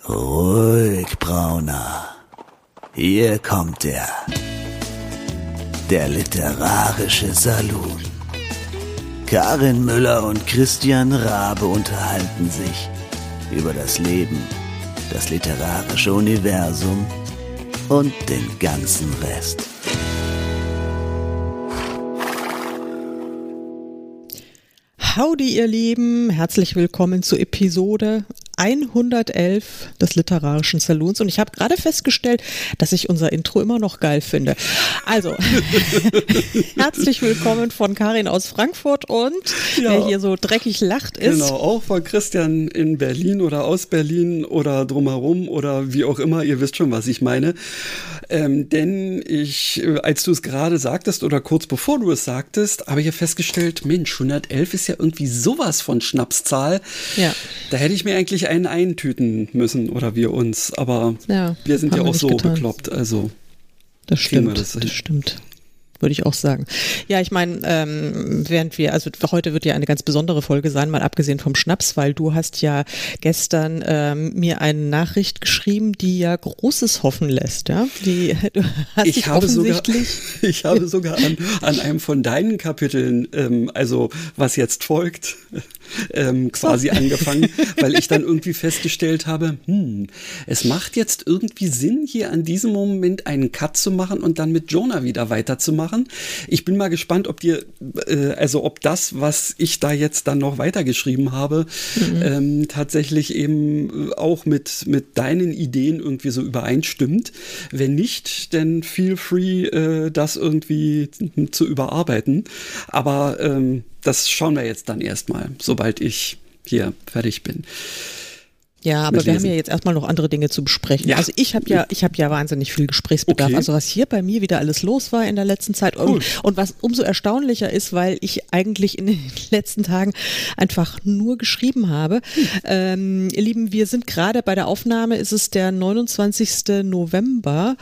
Ruhig, Brauner. Hier kommt er. Der literarische Salon. Karin Müller und Christian Rabe unterhalten sich über das Leben, das literarische Universum und den ganzen Rest. Howdy, ihr Lieben, herzlich willkommen zu Episode 111 des Literarischen Salons, und ich habe gerade festgestellt, dass ich unser Intro immer noch geil finde. Also, herzlich willkommen von Karin aus Frankfurt und wer hier so dreckig lacht ist. Genau, auch von Christian in Berlin oder aus Berlin oder drumherum oder wie auch immer, ihr wisst schon, was ich meine. Denn als du es gerade sagtest oder kurz bevor du es sagtest, habe ich ja festgestellt, Mensch, 111 ist ja irgendwie sowas von Schnapszahl. Ja. Da hätte ich mir eigentlich einen eintüten müssen oder wir uns, aber wir sind ja auch so bekloppt, also das stimmt, das stimmt. Würde ich auch sagen. Ja, ich meine, heute wird ja eine ganz besondere Folge sein, mal abgesehen vom Schnaps, weil du hast ja gestern mir eine Nachricht geschrieben, die ja Großes hoffen lässt, ja? Ich habe sogar an einem von deinen Kapiteln, also was jetzt folgt, quasi angefangen, weil ich dann irgendwie festgestellt habe, es macht jetzt irgendwie Sinn, hier an diesem Moment einen Cut zu machen und dann mit Jonah wieder weiterzumachen. Ich bin mal gespannt, ob das, was ich da jetzt dann noch weitergeschrieben habe, tatsächlich eben auch mit deinen Ideen irgendwie so übereinstimmt. Wenn nicht, dann feel free, das irgendwie zu überarbeiten. Aber das schauen wir jetzt dann erstmal, sobald ich hier fertig bin. Ja, aber wir haben ja jetzt erstmal noch andere Dinge zu besprechen. Ja. Also ich habe ja wahnsinnig viel Gesprächsbedarf. Okay. Also was hier bei mir wieder alles los war in der letzten Zeit. Cool. Und was umso erstaunlicher ist, weil ich eigentlich in den letzten Tagen einfach nur geschrieben habe. Ihr Lieben, wir sind gerade bei der Aufnahme, ist es der 29. November,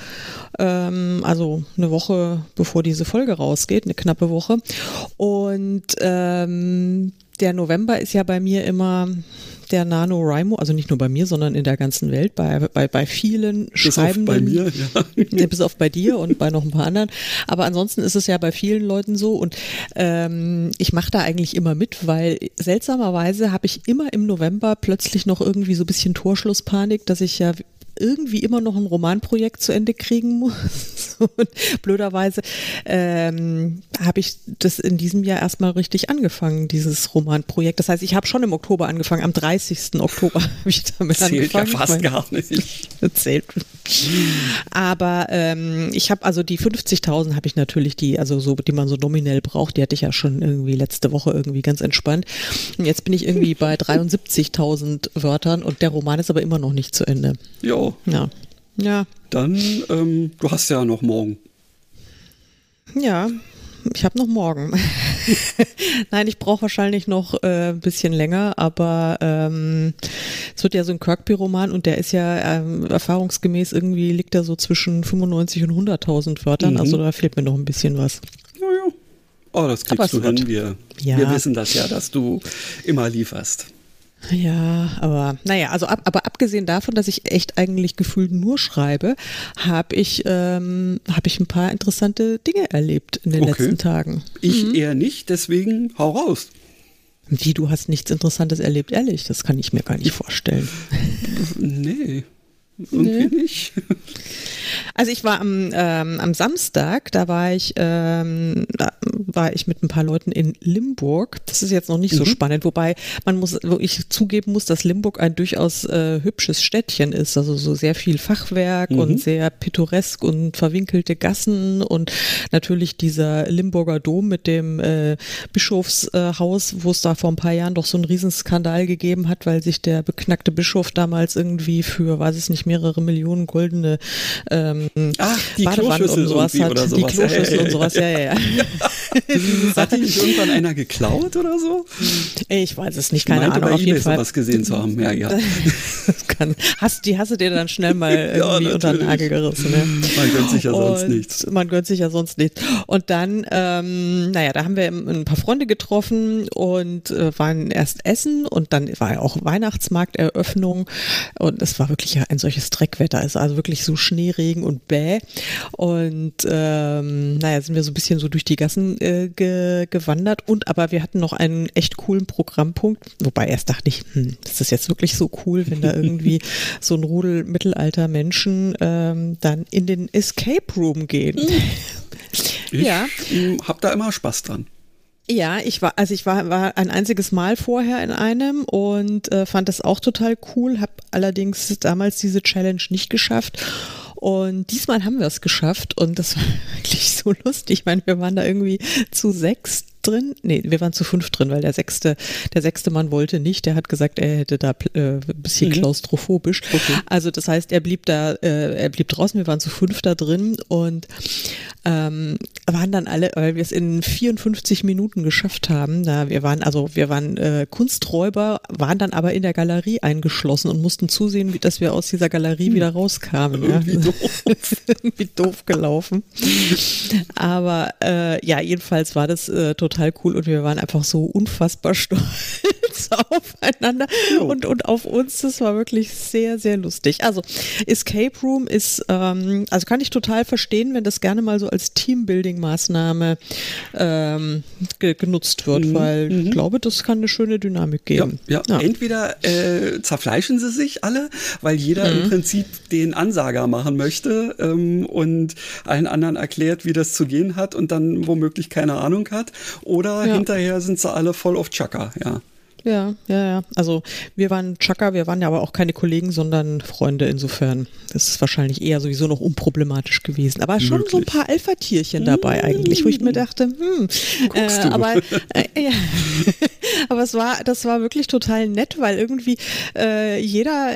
also eine Woche bevor diese Folge rausgeht, eine knappe Woche. Und der November ist ja bei mir immer der NaNoWriMo, also nicht nur bei mir, sondern in der ganzen Welt, bei vielen Schreibenden. Bis auf bei mir, ja. Bis auf bei dir und bei noch ein paar anderen. Aber ansonsten ist es ja bei vielen Leuten so, und ich mache da eigentlich immer mit, weil seltsamerweise habe ich immer im November plötzlich noch irgendwie so ein bisschen Torschlusspanik, dass ich ja irgendwie immer noch ein Romanprojekt zu Ende kriegen muss. Und blöderweise habe ich das in diesem Jahr erstmal richtig angefangen, dieses Romanprojekt. Das heißt, ich habe schon im Oktober angefangen, am 30. Oktober habe ich damit angefangen. Zählt ja fast gar nicht. Zählt. Aber ich habe also die 50.000 habe ich natürlich, die man so nominell braucht, die hatte ich ja schon irgendwie letzte Woche irgendwie ganz entspannt. Und jetzt bin ich irgendwie bei 73.000 Wörtern und der Roman ist aber immer noch nicht zu Ende. Jo. Ja. Dann, du hast ja noch morgen. Ja, ich habe noch morgen. Nein, ich brauche wahrscheinlich noch ein bisschen länger, aber es wird ja so ein Kirkby-Roman und der ist ja erfahrungsgemäß irgendwie, liegt er so zwischen 95 und 100.000 Wörtern, also da fehlt mir noch ein bisschen was. Ja. Oh, das kriegst du hin. Wir wissen das ja, dass du immer lieferst. Ja, aber aber abgesehen davon, dass ich echt eigentlich gefühlt nur schreibe, habe ich ein paar interessante Dinge erlebt in den letzten Tagen. Ich eher nicht, deswegen hau raus. Wie, du hast nichts Interessantes erlebt? Ehrlich, das kann ich mir gar nicht vorstellen. Nee. Irgendwie nicht. Also ich war am Samstag, da war ich mit ein paar Leuten in Limburg. Das ist jetzt noch nicht so spannend, wobei ich zugeben muss, dass Limburg ein durchaus hübsches Städtchen ist. Also so sehr viel Fachwerk und sehr pittoresk und verwinkelte Gassen und natürlich dieser Limburger Dom mit dem Bischofshaus, wo es da vor ein paar Jahren doch so einen Riesenskandal gegeben hat, weil sich der beknackte Bischof damals irgendwie für, weiß ich nicht, mehrere Millionen goldene die Badewannen und sowas hat. Oder sowas. Die Kloschüssel und sowas, ja. Hat die nicht irgendwann einer geklaut oder so? Ich weiß es nicht, keine Ahnung. Auf jeden Fall was gesehen zu haben. Ja. Die hast du dir dann schnell mal irgendwie unter den Nagel gerissen. Ne? Man gönnt sich ja sonst nichts. Man gönnt sich ja sonst nichts. Und dann, da haben wir ein paar Freunde getroffen und waren erst essen und dann war ja auch Weihnachtsmarkteröffnung und es war wirklich ja ein solches Dreckwetter. Es war also wirklich so Schneeregen und Bäh. Und sind wir so ein bisschen so durch die Gassen gewandert aber wir hatten noch einen echt coolen Programmpunkt, wobei erst dachte ich, ist das jetzt wirklich so cool, wenn da irgendwie so ein Rudel mittelalter Menschen dann in den Escape Room gehen. Ich habe da immer Spaß dran. Ja, ich war ein einziges Mal vorher in einem und fand das auch total cool, habe allerdings damals diese Challenge nicht geschafft. Und diesmal haben wir es geschafft und das war wirklich so lustig. Ich meine, wir waren da irgendwie zu 6 drin. Nee, wir waren zu 5 drin, weil der sechste Mann wollte nicht. Der hat gesagt, er hätte da ein bisschen klaustrophobisch. Okay. Also das heißt, er blieb draußen. Wir waren zu 5 da drin und waren dann alle, weil wir es in 54 Minuten geschafft haben. Wir waren Kunsträuber, waren dann aber in der Galerie eingeschlossen und mussten zusehen, dass wir aus dieser Galerie wieder rauskamen. Irgendwie doof gelaufen. Aber jedenfalls war das total cool und wir waren einfach so unfassbar stolz aufeinander und auf uns. Das war wirklich sehr, sehr lustig. Also Escape Room ist, also kann ich total verstehen, wenn das gerne mal so als Teambuilding-Maßnahme genutzt wird, weil ich glaube, das kann eine schöne Dynamik geben. Ja. Entweder zerfleischen sie sich alle, weil jeder im Prinzip den Ansager machen möchte und allen anderen erklärt, wie das zu gehen hat und dann womöglich keine Ahnung hat. Oder hinterher sind sie alle voll auf Chaka, Ja. Also wir waren Chaka, wir waren ja aber auch keine Kollegen, sondern Freunde insofern. Das ist wahrscheinlich eher sowieso noch unproblematisch gewesen. Aber schon so ein paar Alpha-Tierchen dabei eigentlich, wo ich mir dachte, aber das war wirklich total nett, weil irgendwie jeder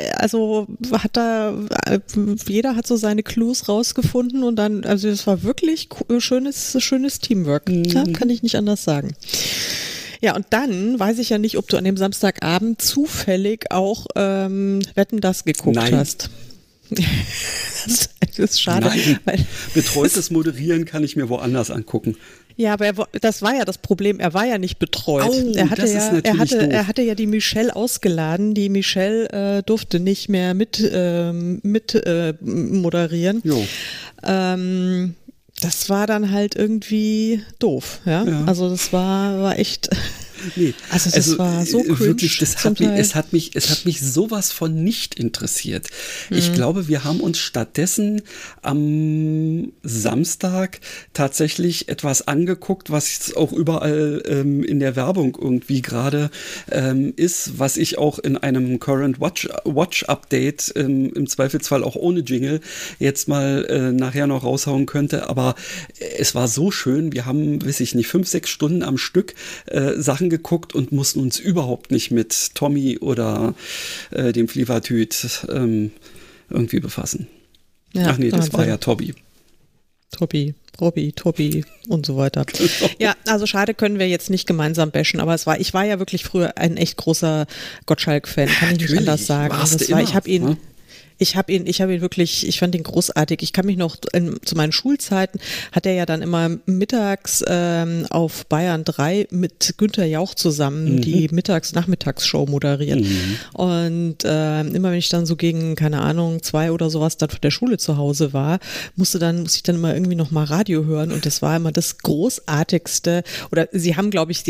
hat so seine Clues rausgefunden und dann, also es war wirklich schönes Teamwork. Ja, kann ich nicht anders sagen. Ja, und dann weiß ich ja nicht, ob du an dem Samstagabend zufällig auch Wetten, das geguckt hast. Das ist schade. Nein, betreutes Moderieren kann ich mir woanders angucken. Ja, aber das war ja das Problem. Er war ja nicht betreut. Er hatte ja die Michelle ausgeladen. Die Michelle durfte nicht mehr mit moderieren. Das war dann halt irgendwie doof, ja? Also das war echt. Nee, also das war so cringe. Wirklich, es hat mich sowas von nicht interessiert. Ich glaube, wir haben uns stattdessen am Samstag tatsächlich etwas angeguckt, was auch überall in der Werbung irgendwie gerade ist, was ich auch in einem Current Watch Update im Zweifelsfall auch ohne Jingle jetzt mal nachher noch raushauen könnte. Aber es war so schön. Wir haben, 5-6 Stunden am Stück Sachen geguckt und mussten uns überhaupt nicht mit Tommy oder dem Flievertüt irgendwie befassen. Ja, ach nee, das war ja Tobi und so weiter. Ja, also schade, können wir jetzt nicht gemeinsam bashen, aber ich war ja wirklich früher ein echt großer Gottschalk-Fan, kann ich nicht anders sagen. Ich fand ihn großartig. Ich kann mich noch zu meinen Schulzeiten hat er ja dann immer mittags auf Bayern 3 mit Günther Jauch zusammen die Nachmittagsshow moderiert. Und immer wenn ich dann so gegen, keine Ahnung, 2 oder sowas dann von der Schule zu Hause war, musste ich dann immer irgendwie noch mal Radio hören und das war immer das Großartigste. Oder die haben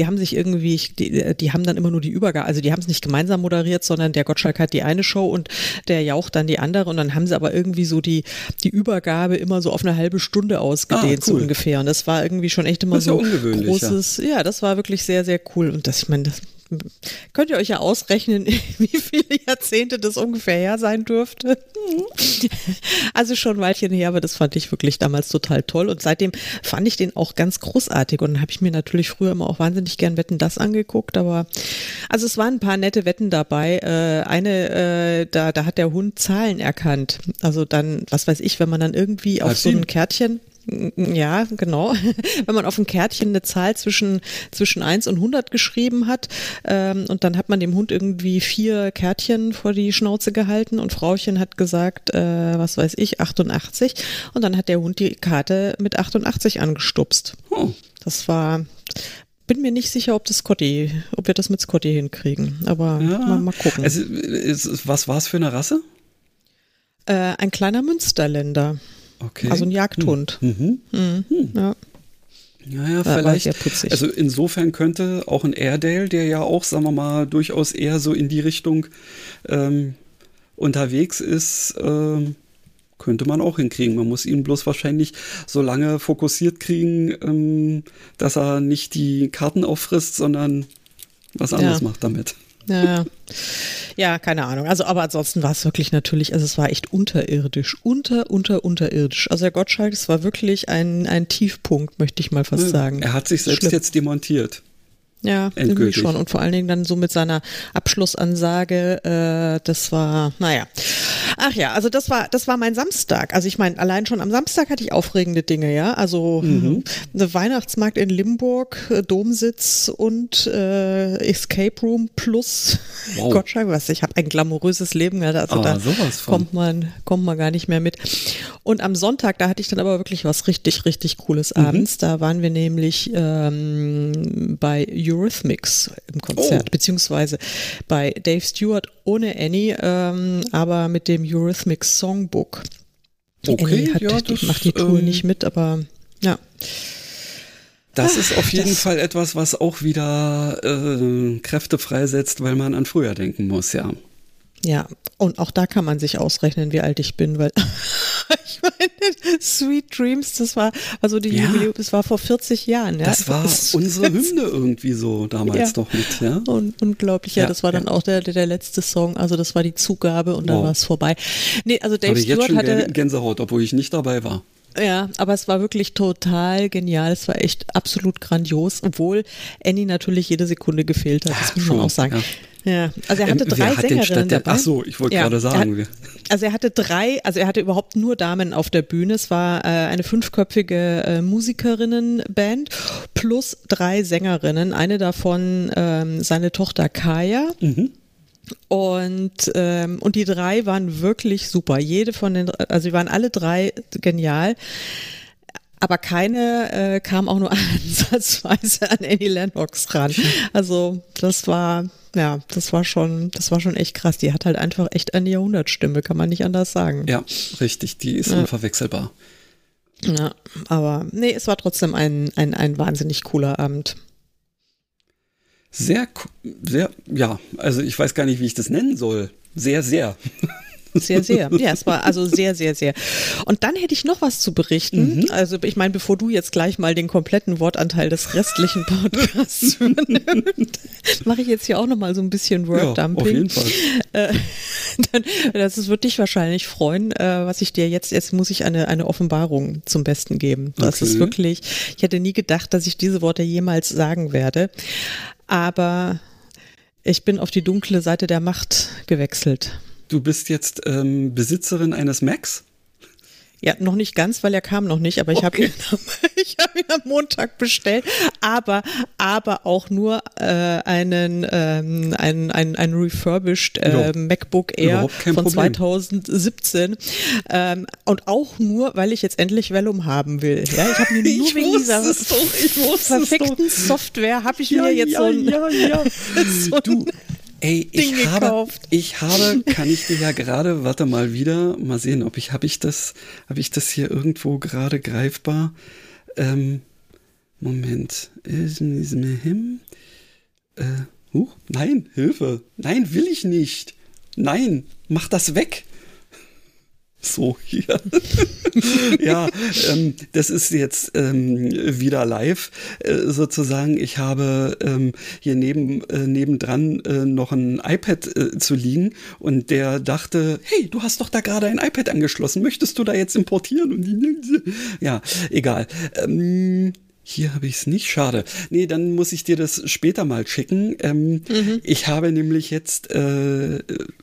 dann immer nur die Übergabe, also die haben es nicht gemeinsam moderiert, sondern der Gottschalk hat die eine Show und der Jauch dann die andere und dann haben sie aber irgendwie so die Übergabe immer so auf eine halbe Stunde ausgedehnt, so ungefähr. Und das war irgendwie schon echt immer so großes, ja, das war wirklich sehr, sehr cool. Und das könnt ihr euch ja ausrechnen, wie viele Jahrzehnte das ungefähr her sein dürfte. Also schon ein Weilchen her, aber das fand ich wirklich damals total toll und seitdem fand ich den auch ganz großartig und dann habe ich mir natürlich früher immer auch wahnsinnig gern Wetten, das angeguckt, aber also es waren ein paar nette Wetten dabei. Da hat der Hund Zahlen erkannt. Also dann, was weiß ich, wenn man dann irgendwie auf so ein Kärtchen Ja, genau. Wenn man auf ein Kärtchen eine Zahl zwischen 1 und 100 geschrieben hat und dann hat man dem Hund irgendwie 4 Kärtchen vor die Schnauze gehalten und Frauchen hat gesagt, was weiß ich, 88 und dann hat der Hund die Karte mit 88 angestupst. Oh. Das war... Bin mir nicht sicher, ob wir das mit Scotty hinkriegen, aber mal gucken. Also, was war es für eine Rasse? Ein kleiner Münsterländer. Okay. Also ein Jagdhund. Ja. Ja, vielleicht. Also insofern könnte auch ein Airedale, der ja auch, sagen wir mal, durchaus eher so in die Richtung unterwegs ist, könnte man auch hinkriegen. Man muss ihn bloß wahrscheinlich so lange fokussiert kriegen, dass er nicht die Karten auffrisst, sondern was anderes macht damit. Ja, keine Ahnung. Also, aber ansonsten war es wirklich natürlich, also es war echt unterirdisch. Unterirdisch. Also der Gottschalk, es war wirklich ein Tiefpunkt, möchte ich mal fast sagen. Er hat sich selbst jetzt demontiert. Ja, irgendwie schon. Und vor allen Dingen dann so mit seiner Abschlussansage, das war, naja. Ach ja, also das war mein Samstag. Also ich meine, allein schon am Samstag hatte ich aufregende Dinge, ja. Also der Weihnachtsmarkt in Limburg, Domsitz und Escape Room plus Gottschalk. Ich habe ein glamouröses Leben, also da kommt man gar nicht mehr mit. Und am Sonntag, da hatte ich dann aber wirklich was richtig, richtig Cooles abends. Da waren wir nämlich bei Eurythmics im Konzert, beziehungsweise bei Dave Stewart ohne Annie, aber mit dem Eurythmics Songbook. Okay, die macht die Tour nicht mit, aber ja. Das ist auf jeden Fall etwas, was auch wieder Kräfte freisetzt, weil man an früher denken muss, ja. Ja, und auch da kann man sich ausrechnen, wie alt ich bin, weil ich meine, Sweet Dreams, das war also die Jubiläum, das war vor 40 Jahren. Ja? Das war unsere Hymne irgendwie so damals doch mit, ja. Und unglaublich, das war dann auch der letzte Song, also das war die Zugabe und dann war es vorbei. Nee, also Dave Stewart hatte Gänsehaut, obwohl ich nicht dabei war. Ja, aber es war wirklich total genial. Es war echt absolut grandios, obwohl Annie natürlich jede Sekunde gefehlt hat, das muss man auch sagen. Ja, also er hatte 3 Sängerinnen dabei. Ach so, ich wollte gerade sagen. Er hatte überhaupt nur Damen auf der Bühne. Es war eine 5-köpfige Musikerinnenband plus 3 Sängerinnen. Eine davon seine Tochter Kaya. Und die 3 waren wirklich super. Sie waren alle 3 genial. Aber keine kam auch nur ansatzweise an Annie Lennox ran. Also das war schon echt krass. Die hat halt einfach echt eine Jahrhundertstimme, kann man nicht anders sagen. Ja, richtig, die ist unverwechselbar. Ja, aber nee, es war trotzdem ein wahnsinnig cooler Abend. Sehr, ja, also ich weiß gar nicht, wie ich das nennen soll. Sehr, sehr. Sehr, sehr. Ja, es war also sehr, sehr, sehr. Und dann hätte ich noch was zu berichten. Also ich meine, bevor du jetzt gleich mal den kompletten Wortanteil des restlichen Podcasts übernimmst, mache ich jetzt hier auch nochmal so ein bisschen Worddumping. Ja, auf jeden Fall. Das wird dich wahrscheinlich freuen, was ich dir jetzt muss ich eine Offenbarung zum Besten geben. Das ist wirklich, ich hätte nie gedacht, dass ich diese Worte jemals sagen werde. Aber ich bin auf die dunkle Seite der Macht gewechselt. Du bist jetzt Besitzerin eines Macs? Ja, noch nicht ganz, weil er kam noch nicht, aber ich habe ihn am Montag bestellt, aber auch nur einen refurbished MacBook Air von 2017 und auch nur, weil ich jetzt endlich Vellum haben will. Ja, ich habe mir nur wegen dieser perfekten Software habe ich mir jetzt so ein Ey, ich habe, kann ich dir ja gerade, warte mal wieder, mal sehen, habe ich das hier irgendwo gerade greifbar? Moment, nein, Hilfe, nein, will ich nicht, nein, mach das weg. So, hier. Ja, das ist jetzt wieder live sozusagen. Ich habe hier nebendran noch ein iPad zu liegen und der dachte, hey, du hast doch da gerade ein iPad angeschlossen, möchtest du da jetzt importieren? Und ja, egal. Hier habe ich es nicht, schade. Nee, dann muss ich dir das später mal schicken. Ich habe nämlich jetzt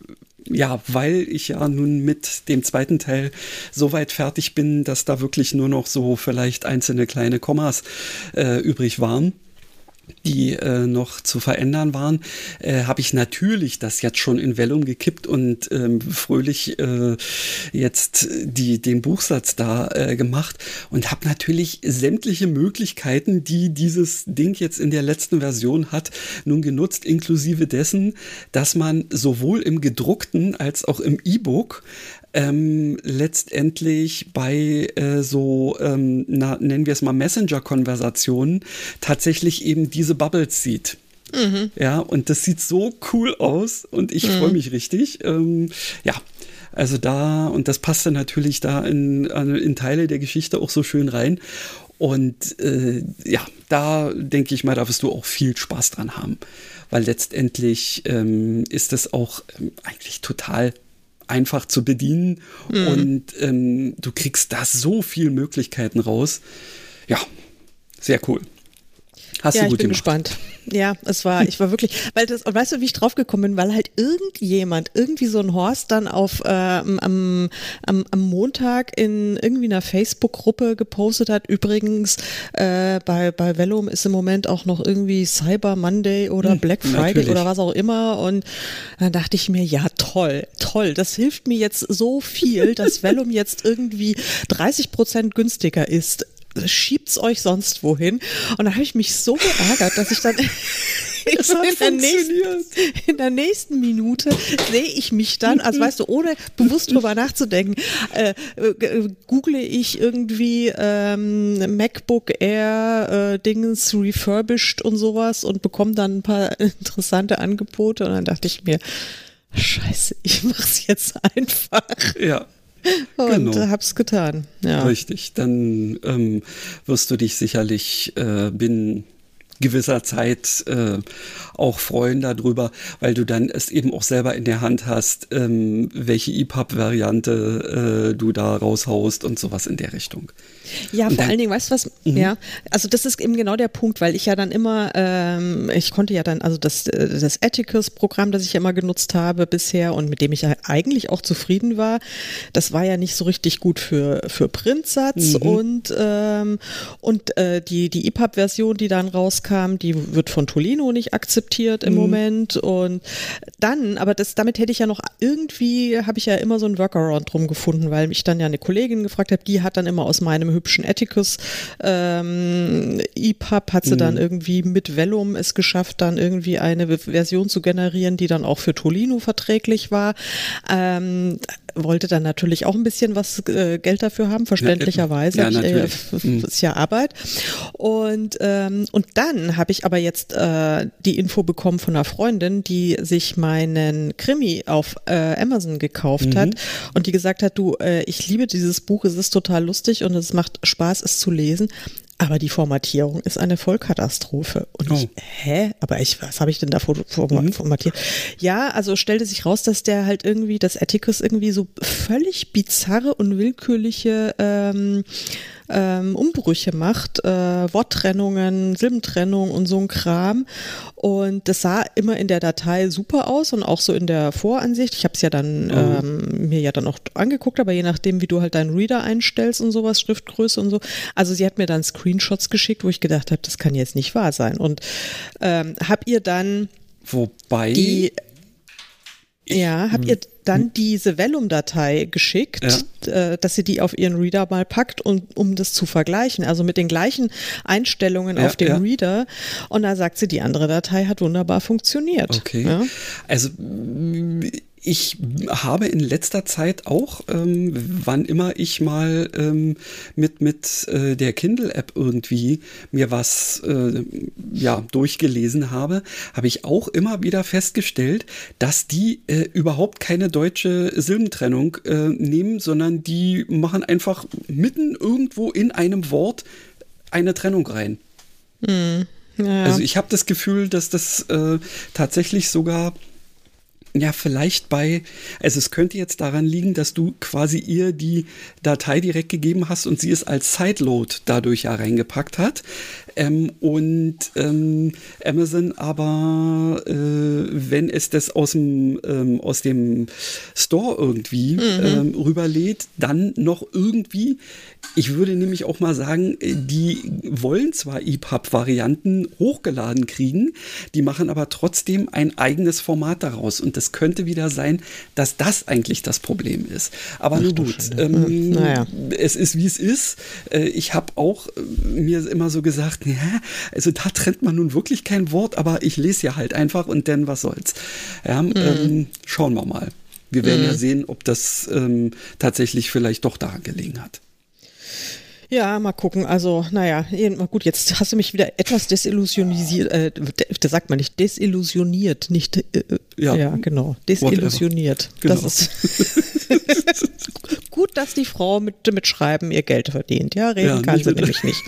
weil ich ja nun mit dem zweiten Teil so weit fertig bin, dass da wirklich nur noch so vielleicht einzelne kleine Kommas übrig waren, die noch zu verändern waren, habe ich natürlich das jetzt schon in Vellum gekippt und fröhlich jetzt den Buchsatz da gemacht und habe natürlich sämtliche Möglichkeiten, die dieses Ding jetzt in der letzten Version hat, nun genutzt, inklusive dessen, dass man sowohl im gedruckten als auch im E-Book letztendlich bei nennen wir es mal Messenger-Konversationen tatsächlich eben diese Bubbles sieht. Mhm. Ja, und das sieht so cool aus und ich freue mich richtig. Also und das passt dann natürlich da in Teile der Geschichte auch so schön rein. Und da denke ich mal, da wirst du auch viel Spaß dran haben, weil letztendlich ist das auch eigentlich total einfach zu bedienen und du kriegst da so viele Möglichkeiten raus. Ja, sehr cool. Hast du gut gemacht. Ich bin gespannt. Ja, ich war wirklich, weißt du, wie ich drauf gekommen bin, weil halt irgendwie so ein Horst dann am Montag in irgendwie einer Facebook-Gruppe gepostet hat, übrigens, bei Vellum ist im Moment auch noch irgendwie Cyber Monday oder Black Friday natürlich. Oder was auch immer und dann dachte ich mir, ja toll, das hilft mir jetzt so viel, dass Vellum jetzt irgendwie 30% günstiger ist. Schiebt's euch sonst wohin. Und da habe ich mich so geärgert, dass ich dann in der nächsten Minute sehe ich mich dann, also weißt du, ohne bewusst drüber nachzudenken, google ich irgendwie MacBook Air Dingens refurbished und sowas und bekomme dann ein paar interessante Angebote und dann dachte ich mir, scheiße, ich mach's jetzt einfach. Ja. Und hab's getan. Ja. Richtig, dann wirst du dich sicherlich binnen gewisser Zeit auch freuen darüber, weil du dann es eben auch selber in der Hand hast, welche EPUB-Variante du da raushaust und sowas in der Richtung. Ja, vor allen Dingen, weißt du was? Ja, also das ist eben genau der Punkt, weil ich ja dann immer, ich konnte ja dann, also das Atticus-Programm, das ich ja immer genutzt habe bisher und mit dem ich ja eigentlich auch zufrieden war, das war ja nicht so richtig gut für Printsatz und die EPUB-Version, die dann rauskam, die wird von Tolino nicht akzeptiert im Moment und dann, aber damit hätte ich ja noch irgendwie, habe ich ja immer so einen Workaround drum gefunden, weil mich dann ja eine Kollegin gefragt hat, die hat dann immer aus meinem hübschen Atticus EPUB hat sie dann irgendwie mit Vellum es geschafft, dann irgendwie eine Version zu generieren, die dann auch für Tolino verträglich war. Wollte dann natürlich auch ein bisschen was Geld dafür haben, verständlicherweise. Ja, ist ja Arbeit. Und dann habe ich aber jetzt die Info bekommen von einer Freundin, die sich meinen Krimi auf Amazon gekauft hat und die gesagt hat, du, ich liebe dieses Buch, es ist total lustig und es macht Spaß, es zu lesen. Aber die Formatierung ist eine Vollkatastrophe. Und was habe ich denn da formatiert? Ja, also stellte sich raus, dass der halt irgendwie, das Atticus irgendwie so völlig bizarre und willkürliche Umbrüche macht, Worttrennungen, Silbentrennung und so ein Kram. Und das sah immer in der Datei super aus und auch so in der Voransicht. Ich habe es ja dann mir ja dann auch angeguckt, aber je nachdem, wie du halt deinen Reader einstellst und sowas, Schriftgröße und so. Also sie hat mir dann Screenshots geschickt, wo ich gedacht habe, das kann jetzt nicht wahr sein. Und habt ihr dann habt ihr dann diese Vellum-Datei geschickt, dass sie die auf ihren Reader mal packt, um das zu vergleichen, also mit den gleichen Einstellungen auf dem Reader. Und da sagt sie, die andere Datei hat wunderbar funktioniert. Okay. Ja? Also ich habe in letzter Zeit auch, wann immer ich mal mit der Kindle-App irgendwie mir was durchgelesen habe, habe ich auch immer wieder festgestellt, dass die überhaupt keine deutsche Silbentrennung nehmen, sondern die machen einfach mitten irgendwo in einem Wort eine Trennung rein. Ja. Also ich habe das Gefühl, dass das tatsächlich sogar vielleicht also es könnte jetzt daran liegen, dass du quasi ihr die Datei direkt gegeben hast und sie es als Sideload dadurch ja reingepackt hat. Und Amazon aber, wenn es das aus dem Store irgendwie rüberlädt, dann noch irgendwie, ich würde nämlich auch mal sagen, die wollen zwar EPUB-Varianten hochgeladen kriegen, die machen aber trotzdem ein eigenes Format daraus. Und das könnte wieder sein, dass das eigentlich das Problem ist. Aber nun gut, es ist, wie es ist. Ich habe auch mir immer so gesagt, ja, also da trennt man nun wirklich kein Wort, aber ich lese ja halt einfach und dann was soll's. Ja, schauen wir mal. Wir werden ja sehen, ob das tatsächlich vielleicht doch daran gelegen hat. Ja, mal gucken. Also, naja, gut, jetzt hast du mich wieder etwas desillusionisiert. Das sagt man nicht, desillusioniert, nicht, ja, genau, desillusioniert. Genau. Das ist gut, dass die Frau mit Schreiben ihr Geld verdient. Ja, reden kann sie nämlich nicht.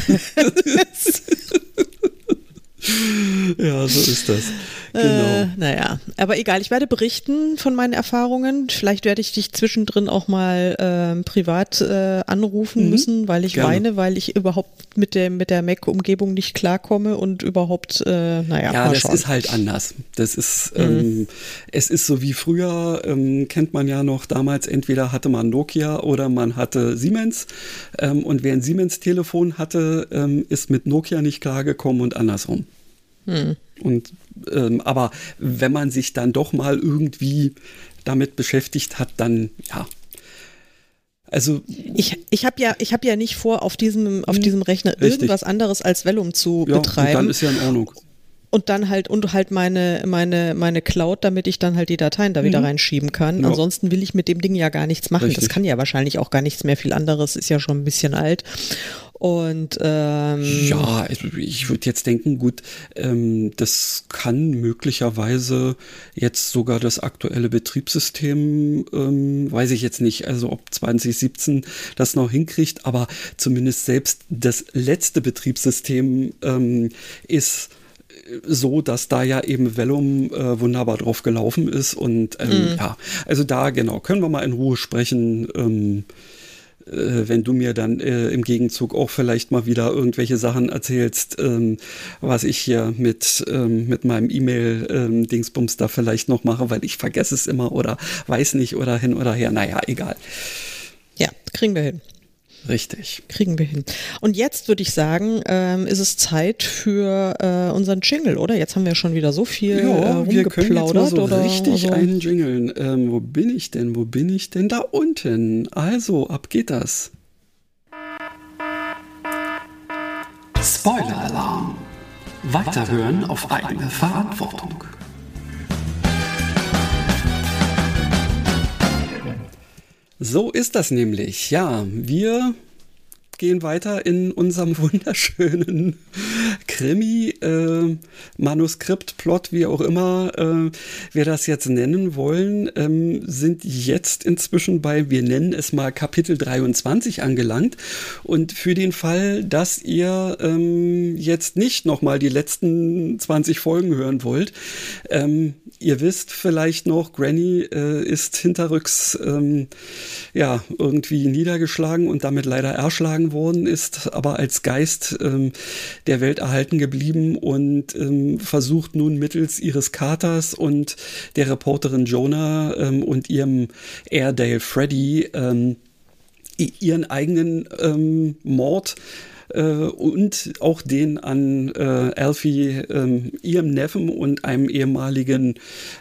Ja, so ist das. Genau. Naja, aber egal, ich werde berichten von meinen Erfahrungen. Vielleicht werde ich dich zwischendrin auch mal privat anrufen müssen, weil ich weine, weil ich überhaupt mit der Mac-Umgebung nicht klarkomme und überhaupt, Ja, das ist halt anders. Das ist, es ist so wie früher, kennt man ja noch, damals entweder hatte man Nokia oder man hatte Siemens. Und wer ein Siemens-Telefon hatte, ist mit Nokia nicht klargekommen und andersrum. Und aber wenn man sich dann doch mal irgendwie damit beschäftigt hat, dann ja. Also ich habe ja nicht vor, auf diesem Rechner irgendwas anderes als Vellum zu betreiben. Und dann ist ja in Ordnung. Und dann halt meine Cloud, damit ich dann halt die Dateien da wieder reinschieben kann. Ja. Ansonsten will ich mit dem Ding ja gar nichts machen. Richtig. Das kann ja wahrscheinlich auch gar nichts mehr. Viel anderes ist ja schon ein bisschen alt. Und ja, ich würde jetzt denken, gut, das kann möglicherweise jetzt sogar das aktuelle Betriebssystem, weiß ich jetzt nicht, also ob 2017 das noch hinkriegt, aber zumindest selbst das letzte Betriebssystem ist so, dass da ja eben Vellum wunderbar drauf gelaufen ist und ja, also da genau, können wir mal in Ruhe sprechen, wenn du mir dann im Gegenzug auch vielleicht mal wieder irgendwelche Sachen erzählst, was ich hier mit meinem E-Mail-Dingsbums da vielleicht noch mache, weil ich vergesse es immer oder weiß nicht oder hin oder her. Naja, egal. Ja, kriegen wir hin. Richtig. Kriegen wir hin. Und jetzt würde ich sagen, ist es Zeit für unseren Jingle, oder? Jetzt haben wir schon wieder so viel rumgeplaudert. Wir können jetzt mal so oder richtig einen jingeln. Wo bin ich denn? Da unten. Also, ab geht das. Spoiler-Alarm. Weiterhören auf eigene Verantwortung. So ist das nämlich. Ja, wir gehen weiter in unserem wunderschönen Krimi, Manuskript, Plot, wie auch immer wir das jetzt nennen wollen, sind jetzt inzwischen bei, wir nennen es mal Kapitel 23 angelangt. Und für den Fall, dass ihr jetzt nicht nochmal die letzten 20 Folgen hören wollt, ihr wisst vielleicht noch, Granny ist hinterrücks ja irgendwie niedergeschlagen und damit leider erschlagen worden, ist aber als Geist der Welt erhalten geblieben und versucht nun mittels ihres Katers und der Reporterin Jonah und ihrem Airedale Freddy ihren eigenen Mord und auch den an Alfie, ihrem Neffen und einem ehemaligen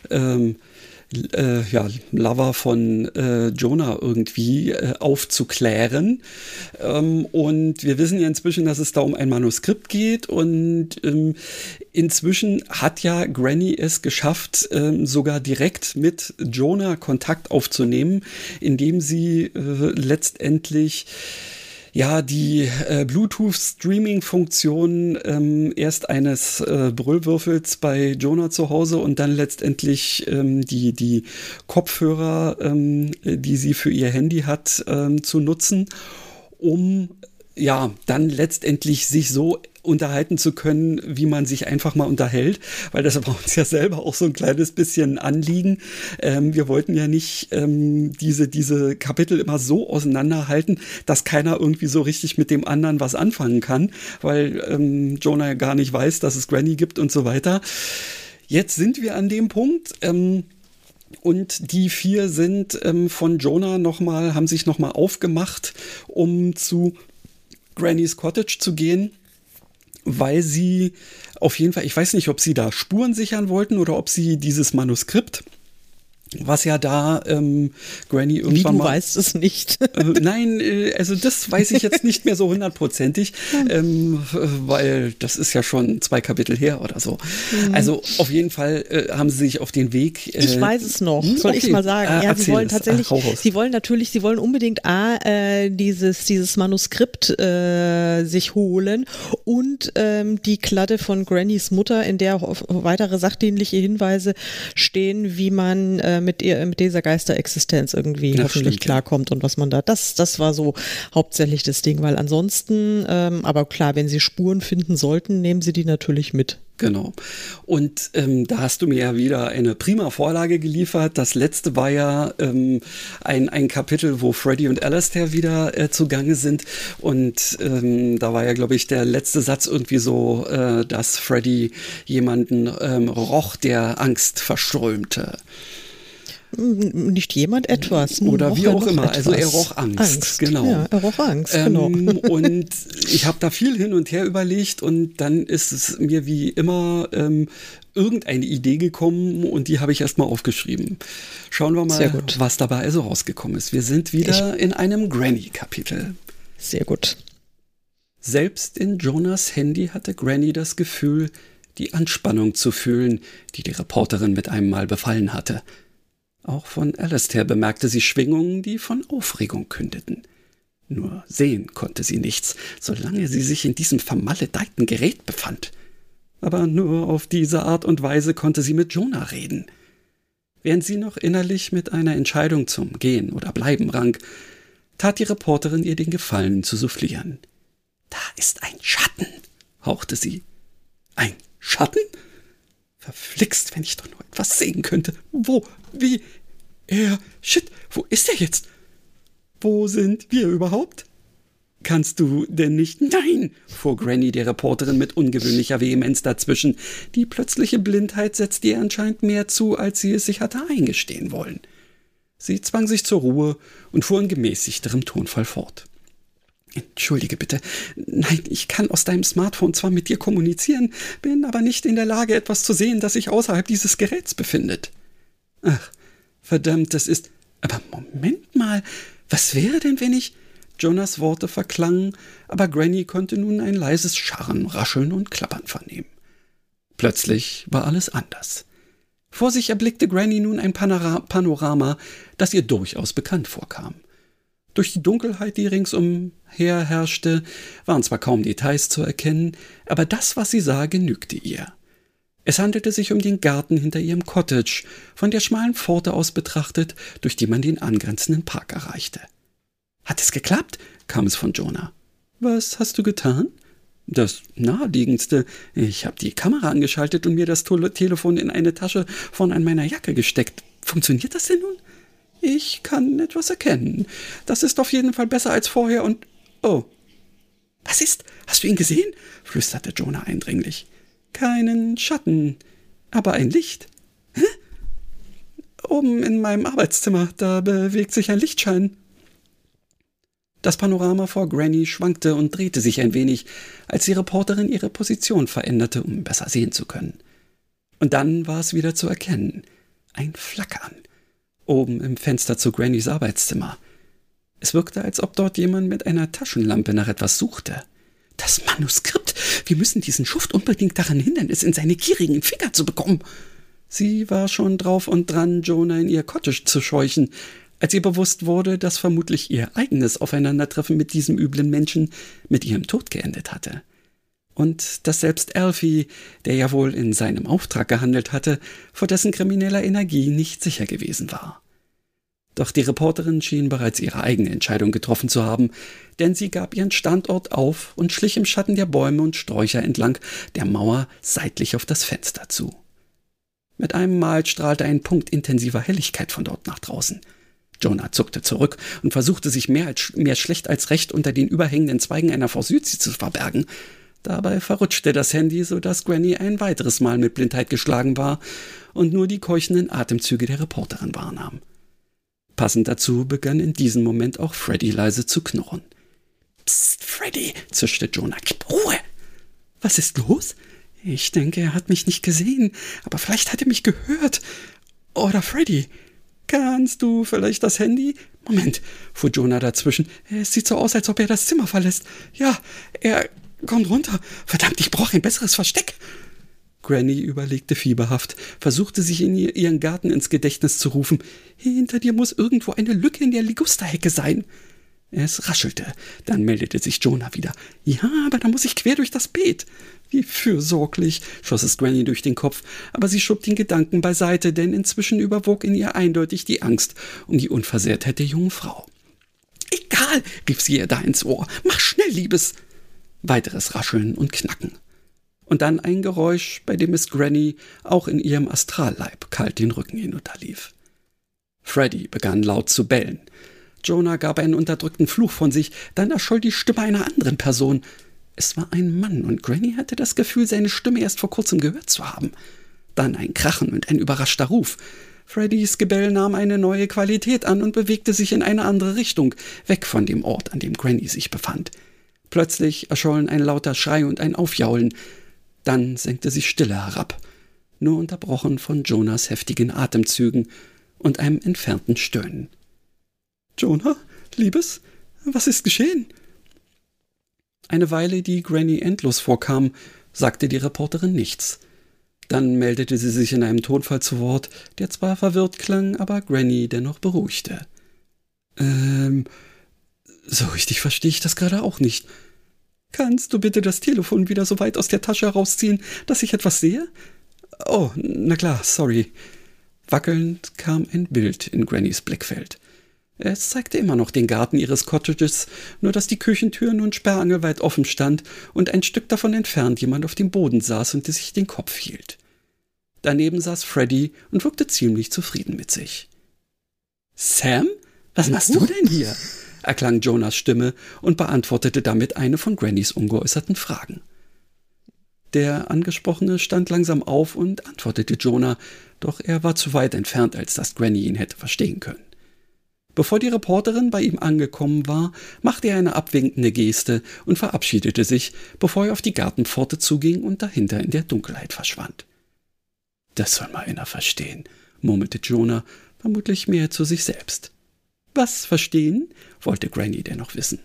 Lover von Jonah irgendwie aufzuklären. Und wir wissen ja inzwischen, dass es da um ein Manuskript geht und inzwischen hat ja Granny es geschafft, sogar direkt mit Jonah Kontakt aufzunehmen, indem sie letztendlich ja, die Bluetooth-Streaming-Funktion erst eines Brüllwürfels bei Jonah zu Hause und dann letztendlich die Kopfhörer, die sie für ihr Handy hat, zu nutzen, um dann letztendlich sich so unterhalten zu können, wie man sich einfach mal unterhält, weil das war uns ja selber auch so ein kleines bisschen Anliegen. Wir wollten ja nicht diese Kapitel immer so auseinanderhalten, dass keiner irgendwie so richtig mit dem anderen was anfangen kann, weil Jonah gar nicht weiß, dass es Granny gibt und so weiter. Jetzt sind wir an dem Punkt, und die 4 sind von Jonah haben sich nochmal aufgemacht, um zu Grannys Cottage zu gehen, weil sie auf jeden Fall, ich weiß nicht, ob sie da Spuren sichern wollten oder ob sie dieses Manuskript, was ja da Granny irgendwann mal... Wie, du weißt es nicht? Nein, also das weiß ich jetzt nicht mehr so 100%, weil das ist ja schon 2 Kapitel her oder so. Also auf jeden Fall haben sie sich auf den Weg... ich weiß es noch, soll ich mal sagen. Ja, sie wollen tatsächlich, sie wollen unbedingt dieses Manuskript sich holen und die Kladde von Grannys Mutter, in der weitere sachdienliche Hinweise stehen, wie man mit dieser Geisterexistenz irgendwie hoffentlich klarkommt und was man da, das war so hauptsächlich das Ding, weil ansonsten, aber klar, wenn sie Spuren finden sollten, nehmen sie die natürlich mit. Genau. Und da hast du mir ja wieder eine prima Vorlage geliefert. Das letzte war ja ein Kapitel, wo Freddy und Alastair wieder zugange sind. Und da war ja, glaube ich, der letzte Satz irgendwie so, dass Freddy jemanden roch, der Angst verströmte. Nicht jemand, etwas. Oder wie auch immer. Etwas. Also er roch Angst. Genau. Ja, er roch Angst, genau. Und ich habe da viel hin und her überlegt und dann ist es mir wie immer irgendeine Idee gekommen und die habe ich erstmal aufgeschrieben. Schauen wir mal, was dabei also rausgekommen ist. Wir sind wieder in einem Granny-Kapitel. Sehr gut. Selbst in Jonahs Handy hatte Granny das Gefühl, die Anspannung zu fühlen, die Reporterin mit einem Mal befallen hatte. Auch von Alastair bemerkte sie Schwingungen, die von Aufregung kündeten. Nur sehen konnte sie nichts, solange sie sich in diesem vermaledeiten Gerät befand. Aber nur auf diese Art und Weise konnte sie mit Jonah reden. Während sie noch innerlich mit einer Entscheidung zum Gehen oder Bleiben rang, tat die Reporterin ihr den Gefallen zu soufflieren. »Da ist ein Schatten«, hauchte sie. »Ein Schatten? Verflixt, wenn ich doch nur etwas sehen könnte. Wo? Wie? Shit, wo ist er jetzt? Wo sind wir überhaupt? Kannst du denn nicht? Nein, fuhr Granny der Reporterin mit ungewöhnlicher Vehemenz dazwischen. Die plötzliche Blindheit setzte ihr anscheinend mehr zu, als sie es sich hatte eingestehen wollen. Sie zwang sich zur Ruhe und fuhr in gemäßigterem Tonfall fort. Entschuldige bitte. Nein, ich kann aus deinem Smartphone zwar mit dir kommunizieren, bin aber nicht in der Lage, etwas zu sehen, das sich außerhalb dieses Geräts befindet. Ach, verdammt, das ist... Aber Moment mal, was wäre denn, wenn ich... Jonahs Worte verklangen, aber Granny konnte nun ein leises Scharren, Rascheln und Klappern vernehmen. Plötzlich war alles anders. Vor sich erblickte Granny nun ein Panorama, das ihr durchaus bekannt vorkam. Durch die Dunkelheit, die ringsumher herrschte, waren zwar kaum Details zu erkennen, aber das, was sie sah, genügte ihr. Es handelte sich um den Garten hinter ihrem Cottage, von der schmalen Pforte aus betrachtet, durch die man den angrenzenden Park erreichte. »Hat es geklappt?« kam es von Jonah. »Was hast du getan?« »Das Naheliegendste. Ich habe die Kamera angeschaltet und mir das Telefon in eine Tasche vorn an meiner Jacke gesteckt. Funktioniert das denn nun?« »Ich kann etwas erkennen. Das ist auf jeden Fall besser als vorher und... Oh. Was ist? Hast du ihn gesehen?« flüsterte Jonah eindringlich. »Keinen Schatten, aber ein Licht.« »Hä?« »Oben in meinem Arbeitszimmer, da bewegt sich ein Lichtschein.« Das Panorama vor Granny schwankte und drehte sich ein wenig, als die Reporterin ihre Position veränderte, um besser sehen zu können. Und dann war es wieder zu erkennen. Ein Flackern. Oben im Fenster zu Grannys Arbeitszimmer. Es wirkte, als ob dort jemand mit einer Taschenlampe nach etwas suchte. »Das Manuskript! Wir müssen diesen Schuft unbedingt daran hindern, es in seine gierigen Finger zu bekommen!« Sie war schon drauf und dran, Jonah in ihr Cottage zu scheuchen, als ihr bewusst wurde, dass vermutlich ihr eigenes Aufeinandertreffen mit diesem üblen Menschen mit ihrem Tod geendet hatte. Und dass selbst Alfie, der ja wohl in seinem Auftrag gehandelt hatte, vor dessen krimineller Energie nicht sicher gewesen war. Doch die Reporterin schien bereits ihre eigene Entscheidung getroffen zu haben, denn sie gab ihren Standort auf und schlich im Schatten der Bäume und Sträucher entlang der Mauer seitlich auf das Fenster zu. Mit einem Mal strahlte ein Punkt intensiver Helligkeit von dort nach draußen. Jonah zuckte zurück und versuchte sich mehr schlecht als recht unter den überhängenden Zweigen einer Forsythie zu verbergen. Dabei verrutschte das Handy, sodass Granny ein weiteres Mal mit Blindheit geschlagen war und nur die keuchenden Atemzüge der Reporterin wahrnahm. Passend dazu begann in diesem Moment auch Freddy leise zu knurren. »Psst, Freddy«, zischte Jonah, »gib Ruhe!« »Was ist los?« »Ich denke, er hat mich nicht gesehen, aber vielleicht hat er mich gehört. Oder Freddy, kannst du vielleicht das Handy?« »Moment«, fuhr Jonah dazwischen, »es sieht so aus, als ob er das Zimmer verlässt. Ja, er kommt runter. Verdammt, ich brauche ein besseres Versteck.« Granny überlegte fieberhaft, versuchte sich in ihren Garten ins Gedächtnis zu rufen. »Hinter dir muss irgendwo eine Lücke in der Ligusterhecke sein.« Es raschelte, dann meldete sich Jonah wieder. »Ja, aber da muss ich quer durch das Beet.« Wie fürsorglich, schoss es Granny durch den Kopf, aber sie schob den Gedanken beiseite, denn inzwischen überwog in ihr eindeutig die Angst um die Unversehrtheit der jungen Frau. »Egal«, rief sie ihr da ins Ohr, »mach schnell, Liebes!« Weiteres Rascheln und Knacken. Und dann ein Geräusch, bei dem es Granny auch in ihrem Astralleib kalt den Rücken hinunterlief. Freddy begann laut zu bellen. Jonah gab einen unterdrückten Fluch von sich, dann erscholl die Stimme einer anderen Person. Es war ein Mann und Granny hatte das Gefühl, seine Stimme erst vor kurzem gehört zu haben. Dann ein Krachen und ein überraschter Ruf. Freddys Gebell nahm eine neue Qualität an und bewegte sich in eine andere Richtung, weg von dem Ort, an dem Granny sich befand. Plötzlich erschollen ein lauter Schrei und ein Aufjaulen. Dann senkte sich Stille herab, nur unterbrochen von Jonahs heftigen Atemzügen und einem entfernten Stöhnen. »Jonah, Liebes, was ist geschehen?« Eine Weile, die Granny endlos vorkam, sagte die Reporterin nichts. Dann meldete sie sich in einem Tonfall zu Wort, der zwar verwirrt klang, aber Granny dennoch beruhigte. So richtig verstehe ich das gerade auch nicht. Kannst du bitte das Telefon wieder so weit aus der Tasche herausziehen, dass ich etwas sehe? Oh, na klar, sorry. Wackelnd kam ein Bild in Grannys Blickfeld. Es zeigte immer noch den Garten ihres Cottages, nur dass die Küchentür nun sperrangelweit offen stand und ein Stück davon entfernt jemand auf dem Boden saß und sich den Kopf hielt. Daneben saß Freddy und wirkte ziemlich zufrieden mit sich. »Sam, was machst du denn hier?« erklang Jonahs Stimme und beantwortete damit eine von Grannys ungeäußerten Fragen. Der Angesprochene stand langsam auf und antwortete Jonah, doch er war zu weit entfernt, als dass Granny ihn hätte verstehen können. Bevor die Reporterin bei ihm angekommen war, machte er eine abwinkende Geste und verabschiedete sich, bevor er auf die Gartenpforte zuging und dahinter in der Dunkelheit verschwand. »Das soll mal einer verstehen«, murmelte Jonah, vermutlich mehr zu sich selbst. »Was verstehen?« wollte Granny dennoch wissen.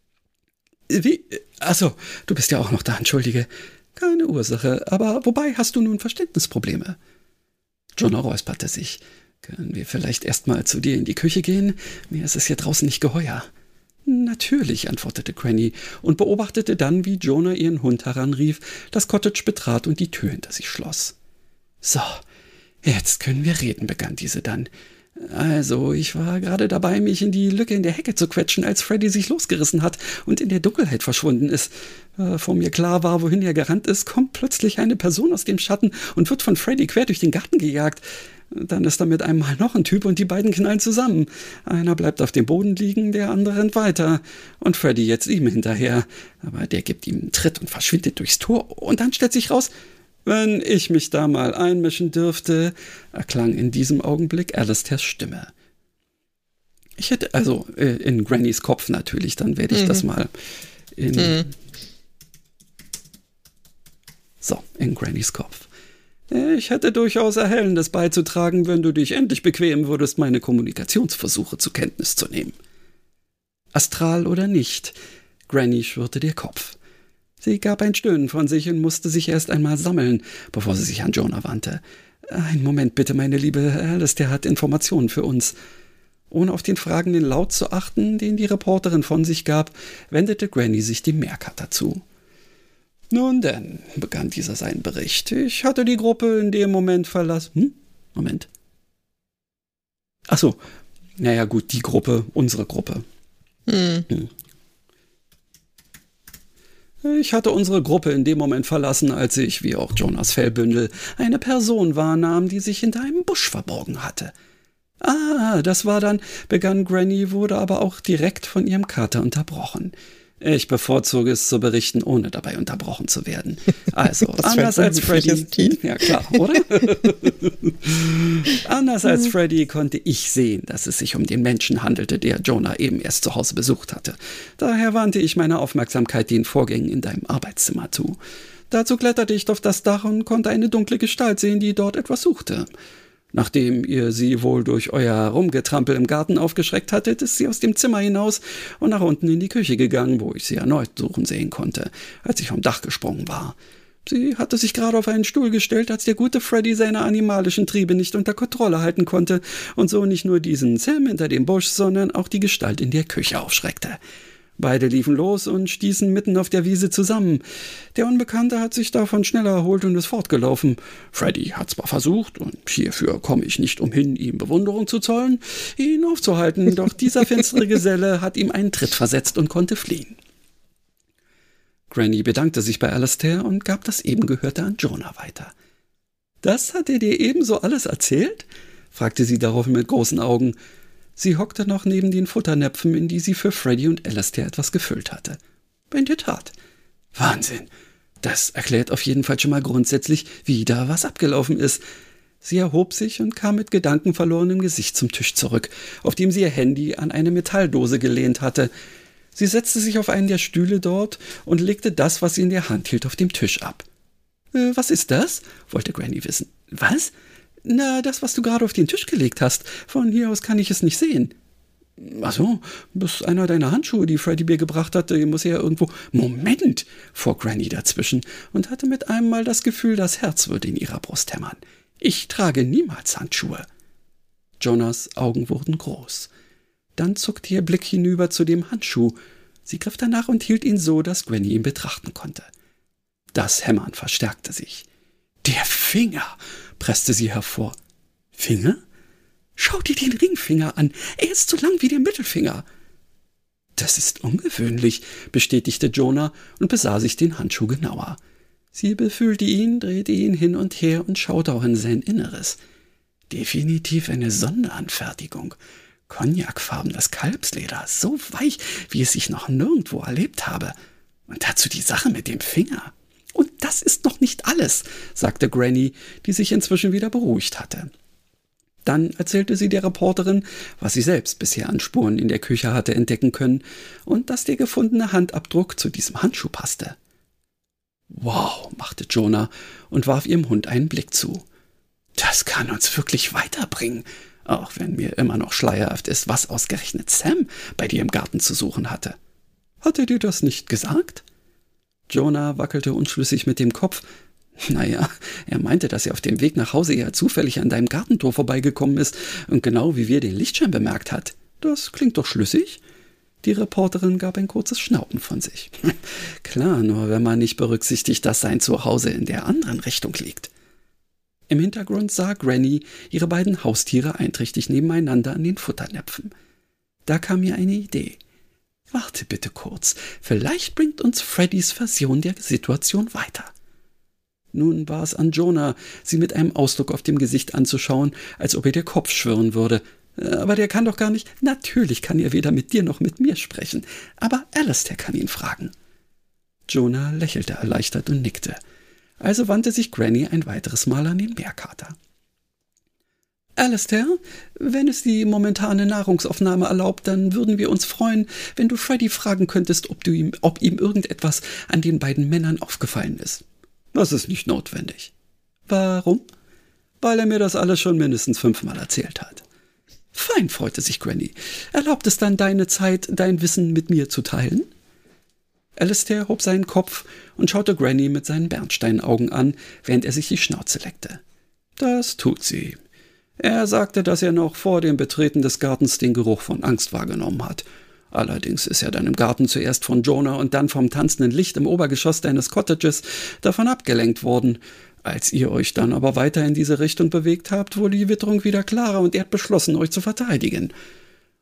»Wie? Achso, du bist ja auch noch da, entschuldige. Keine Ursache, aber wobei hast du nun Verständnisprobleme?« Jonah räusperte sich. »Können wir vielleicht erst mal zu dir in die Küche gehen? Mir ist es hier draußen nicht geheuer.« »Natürlich«, antwortete Granny und beobachtete dann, wie Jonah ihren Hund heranrief, das Cottage betrat und die Tür hinter sich schloss. »So, jetzt können wir reden«, begann diese dann. »Also, ich war gerade dabei, mich in die Lücke in der Hecke zu quetschen, als Freddy sich losgerissen hat und in der Dunkelheit verschwunden ist. Bevor mir klar war, wohin er gerannt ist, kommt plötzlich eine Person aus dem Schatten und wird von Freddy quer durch den Garten gejagt. Dann ist da mit einem Mal noch ein Typ und die beiden knallen zusammen. Einer bleibt auf dem Boden liegen, der andere rennt weiter. Und Freddy jetzt ihm hinterher. Aber der gibt ihm einen Tritt und verschwindet durchs Tor. Und dann stellt sich raus, wenn ich mich da mal einmischen dürfte«, erklang in diesem Augenblick Alistairs Stimme. Ich hätte, also in Grannys Kopf natürlich, dann werde ich das mal in Grannys Kopf. Ich hätte durchaus Erhellendes beizutragen, wenn du dich endlich bequemen würdest, meine Kommunikationsversuche zur Kenntnis zu nehmen. Astral oder nicht, Granny schwirrte der Kopf. Sie gab ein Stöhnen von sich und musste sich erst einmal sammeln, bevor sie sich an Jonah wandte. »Einen Moment bitte, meine Liebe, Alistair hat Informationen für uns.« Ohne auf den fragenden Laut zu achten, den die Reporterin von sich gab, wendete Granny sich dem Meerkater zu. »Nun denn«, begann dieser seinen Bericht, »ich hatte die Gruppe in dem Moment verlassen...« Moment. »Ach so, Naja gut, die Gruppe, unsere Gruppe. Ich hatte unsere Gruppe in dem Moment verlassen, als ich, wie auch Jonas Fellbündel, eine Person wahrnahm, die sich hinter einem Busch verborgen hatte. Das war dann, begann Granny, wurde aber auch direkt von ihrem Kater unterbrochen. Ich bevorzuge es zu berichten, ohne dabei unterbrochen zu werden. Also, anders als Freddy. Ja, klar, oder? Anders als Freddy konnte ich sehen, dass es sich um den Menschen handelte, der Jonah eben erst zu Hause besucht hatte. Daher wandte ich meine Aufmerksamkeit den Vorgängen in deinem Arbeitszimmer zu. Dazu kletterte ich auf das Dach und konnte eine dunkle Gestalt sehen, die dort etwas suchte. Nachdem ihr sie wohl durch euer Rumgetrampel im Garten aufgeschreckt hattet, ist sie aus dem Zimmer hinaus und nach unten in die Küche gegangen, wo ich sie erneut suchen sehen konnte, als ich vom Dach gesprungen war. Sie hatte sich gerade auf einen Stuhl gestellt, als der gute Freddy seine animalischen Triebe nicht unter Kontrolle halten konnte und so nicht nur diesen Sam hinter dem Busch, sondern auch die Gestalt in der Küche aufschreckte. Beide liefen los und stießen mitten auf der Wiese zusammen. Der Unbekannte hat sich davon schneller erholt und ist fortgelaufen. Freddy hat zwar versucht, und hierfür komme ich nicht umhin, ihm Bewunderung zu zollen, ihn aufzuhalten, doch dieser finstere Geselle hat ihm einen Tritt versetzt und konnte fliehen. Granny bedankte sich bei Alastair und gab das eben Gehörte an Jonah weiter. »Das hat er dir ebenso alles erzählt?« fragte sie daraufhin mit großen Augen. Sie hockte noch neben den Futternäpfen, in die sie für Freddy und Alastair etwas gefüllt hatte. In der Tat. Wahnsinn. Das erklärt auf jeden Fall schon mal grundsätzlich, wie da was abgelaufen ist. Sie erhob sich und kam mit gedankenverlorenem Gesicht zum Tisch zurück, auf dem sie ihr Handy an eine Metalldose gelehnt hatte. Sie setzte sich auf einen der Stühle dort und legte das, was sie in der Hand hielt, auf dem Tisch ab. Was ist das?« wollte Granny wissen. »Was?« »Na, das, was du gerade auf den Tisch gelegt hast. Von hier aus kann ich es nicht sehen.« »Ach so, das ist einer deiner Handschuhe, die Freddy mir gebracht hatte. Muss ja irgendwo...« »Moment«, fuhr Granny dazwischen und hatte mit einem Mal das Gefühl, das Herz würde in ihrer Brust hämmern. »Ich trage niemals Handschuhe.« Jonas Augen wurden groß. Dann zuckte ihr Blick hinüber zu dem Handschuh. Sie griff danach und hielt ihn so, dass Granny ihn betrachten konnte. Das Hämmern verstärkte sich. »Der Finger«, presste sie hervor. »Finger? Schau dir den Ringfinger an. Er ist so lang wie der Mittelfinger.« »Das ist ungewöhnlich«, bestätigte Jonah und besah sich den Handschuh genauer. Sie befühlte ihn, drehte ihn hin und her und schaute auch in sein Inneres. Definitiv eine Sonderanfertigung. Cognacfarbenes Kalbsleder, so weich, wie es ich noch nirgendwo erlebt habe. Und dazu die Sache mit dem Finger. »Und das ist noch nicht alles«, sagte Granny, die sich inzwischen wieder beruhigt hatte. Dann erzählte sie der Reporterin, was sie selbst bisher an Spuren in der Küche hatte entdecken können und dass der gefundene Handabdruck zu diesem Handschuh passte. »Wow«, machte Jonah und warf ihrem Hund einen Blick zu. »Das kann uns wirklich weiterbringen, auch wenn mir immer noch schleierhaft ist, was ausgerechnet Sam bei dir im Garten zu suchen hatte. Hat er dir das nicht gesagt?« Jonah wackelte unschlüssig mit dem Kopf. »Naja, er meinte, dass er auf dem Weg nach Hause eher zufällig an deinem Gartentor vorbeigekommen ist und genau wie wir den Lichtschein bemerkt hat. Das klingt doch schlüssig?« Die Reporterin gab ein kurzes Schnauben von sich. »Klar, nur wenn man nicht berücksichtigt, dass sein Zuhause in der anderen Richtung liegt.« Im Hintergrund sah Granny ihre beiden Haustiere einträchtig nebeneinander an den Futternäpfen. Da kam mir eine Idee. »Warte bitte kurz, vielleicht bringt uns Freddys Version der Situation weiter.« Nun war es an Jonah, sie mit einem Ausdruck auf dem Gesicht anzuschauen, als ob ihr der Kopf schwirren würde. »Aber der kann doch gar nicht...« »Natürlich kann er weder mit dir noch mit mir sprechen, aber Alastair kann ihn fragen.« Jonah lächelte erleichtert und nickte. Also wandte sich Granny ein weiteres Mal an den Meerkater. »Alastair, wenn es die momentane Nahrungsaufnahme erlaubt, dann würden wir uns freuen, wenn du Freddy fragen könntest, ob ihm irgendetwas an den beiden Männern aufgefallen ist.« »Das ist nicht notwendig.« »Warum?« »Weil er mir das alles schon mindestens 5-mal erzählt hat.« »Fein«, freute sich Granny. »Erlaubt es dann deine Zeit, dein Wissen mit mir zu teilen?« Alastair hob seinen Kopf und schaute Granny mit seinen Bernsteinaugen an, während er sich die Schnauze leckte. »Das tut sie. Er sagte, dass er noch vor dem Betreten des Gartens den Geruch von Angst wahrgenommen hat. Allerdings ist er dann im Garten zuerst von Jonah und dann vom tanzenden Licht im Obergeschoss deines Cottages davon abgelenkt worden. Als ihr euch dann aber weiter in diese Richtung bewegt habt, wurde die Witterung wieder klarer und er hat beschlossen, euch zu verteidigen.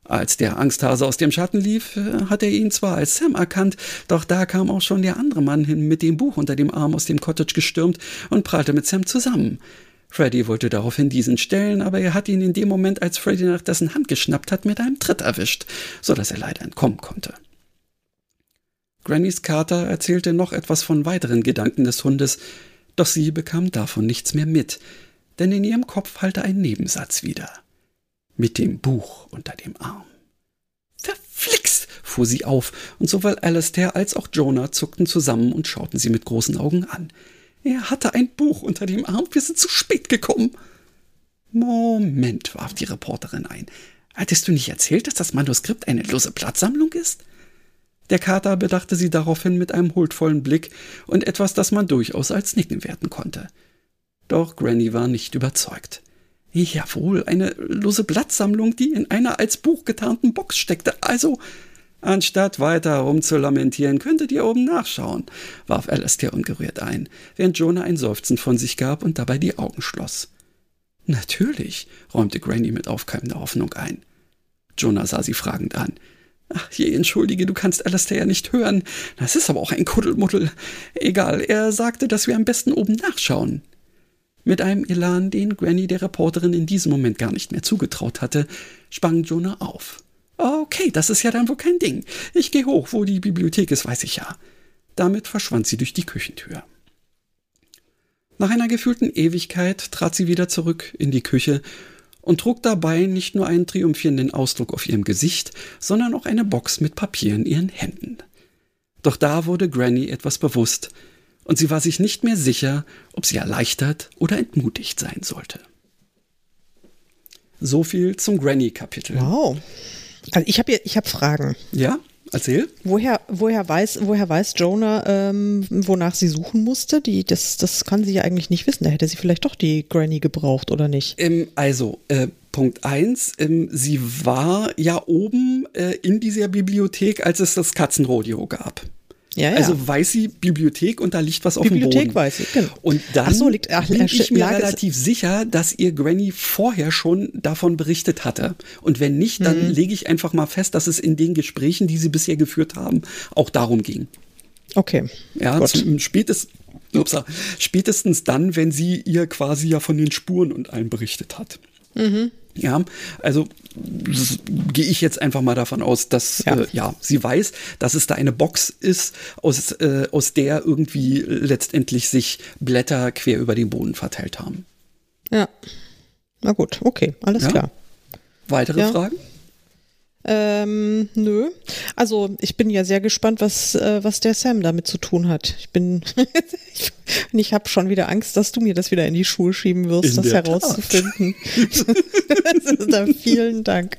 Als der Angsthase aus dem Schatten lief, hat er ihn zwar als Sam erkannt, doch da kam auch schon der andere Mann hin mit dem Buch unter dem Arm aus dem Cottage gestürmt und prallte mit Sam zusammen. Freddy wollte daraufhin diesen stellen, aber er hat ihn in dem Moment, als Freddy nach dessen Hand geschnappt hat, mit einem Tritt erwischt, sodass er leider entkommen konnte. Grannys Kater erzählte noch etwas von weiteren Gedanken des Hundes, doch sie bekam davon nichts mehr mit, denn in ihrem Kopf hallte ein Nebensatz wieder. Mit dem Buch unter dem Arm. Verflixt, fuhr sie auf, und sowohl Alastair als auch Jonah zuckten zusammen und schauten sie mit großen Augen an. Er hatte ein Buch unter dem Arm, wir sind zu spät gekommen. Moment, warf die Reporterin ein. Hattest du nicht erzählt, dass das Manuskript eine lose Blattsammlung ist? Der Kater bedachte sie daraufhin mit einem huldvollen Blick und etwas, das man durchaus als Nicken werten konnte. Doch Granny war nicht überzeugt. Jawohl, eine lose Blattsammlung, die in einer als Buch getarnten Box steckte. Also, anstatt weiter herumzulamentieren, könntet ihr oben nachschauen, warf Alastair ungerührt ein, während Jonah ein Seufzen von sich gab und dabei die Augen schloss. Natürlich, räumte Granny mit aufkeimender Hoffnung ein. Jonah sah sie fragend an. Ach je, entschuldige, du kannst Alastair ja nicht hören. Das ist aber auch ein Kuddelmuddel. Egal, er sagte, dass wir am besten oben nachschauen. Mit einem Elan, den Granny der Reporterin in diesem Moment gar nicht mehr zugetraut hatte, sprang Jonah auf. Okay, das ist ja dann wohl kein Ding. Ich gehe hoch, wo die Bibliothek ist, weiß ich ja. Damit verschwand sie durch die Küchentür. Nach einer gefühlten Ewigkeit trat sie wieder zurück in die Küche und trug dabei nicht nur einen triumphierenden Ausdruck auf ihrem Gesicht, sondern auch eine Box mit Papier in ihren Händen. Doch da wurde Granny etwas bewusst, und sie war sich nicht mehr sicher, ob sie erleichtert oder entmutigt sein sollte. So viel zum Granny-Kapitel. Wow. Also ich hab Fragen. Ja, erzähl. Woher weiß Jonah, wonach sie suchen musste? Das kann sie ja eigentlich nicht wissen. Da hätte sie vielleicht doch die Granny gebraucht, oder nicht? Punkt 1, sie war ja oben in dieser Bibliothek, als es das Katzenrodeo gab. Ja. Also weiß sie Bibliothek und da liegt was auf dem Boden. Bibliothek weiß sie, genau. Und dann bin ich mir relativ sicher, dass ihr Granny vorher schon davon berichtet hatte. Und wenn nicht, dann lege ich einfach mal fest, dass es in den Gesprächen, die sie bisher geführt haben, auch darum ging. Okay. Ja, spätestens dann, wenn sie ihr quasi ja von den Spuren und allem berichtet hat. Mhm. Ja, also gehe ich jetzt einfach mal davon aus, dass sie weiß, dass es da eine Box ist, aus der irgendwie letztendlich sich Blätter quer über den Boden verteilt haben. Ja, na gut, okay, alles klar. Weitere Fragen? Nö. Also ich bin ja sehr gespannt, was der Sam damit zu tun hat. Ich habe schon wieder Angst, dass du mir das wieder in die Schuhe schieben wirst, das herauszufinden. Vielen Dank.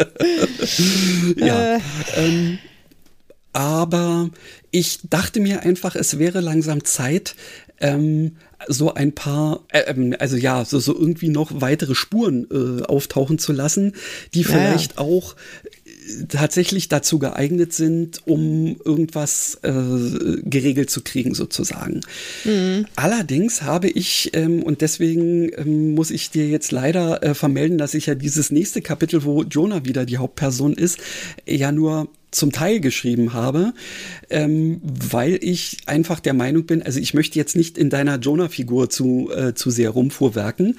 Aber ich dachte mir einfach, es wäre langsam Zeit, so ein paar, so irgendwie noch weitere Spuren auftauchen zu lassen, die vielleicht auch tatsächlich dazu geeignet sind, um irgendwas geregelt zu kriegen, sozusagen. Mhm. Allerdings habe ich, und deswegen muss ich dir jetzt leider vermelden, dass ich ja dieses nächste Kapitel, wo Jonah wieder die Hauptperson ist, ja nur zum Teil geschrieben habe, weil ich einfach der Meinung bin, also ich möchte jetzt nicht in deiner Jonah-Figur zu sehr rumfuhrwerken.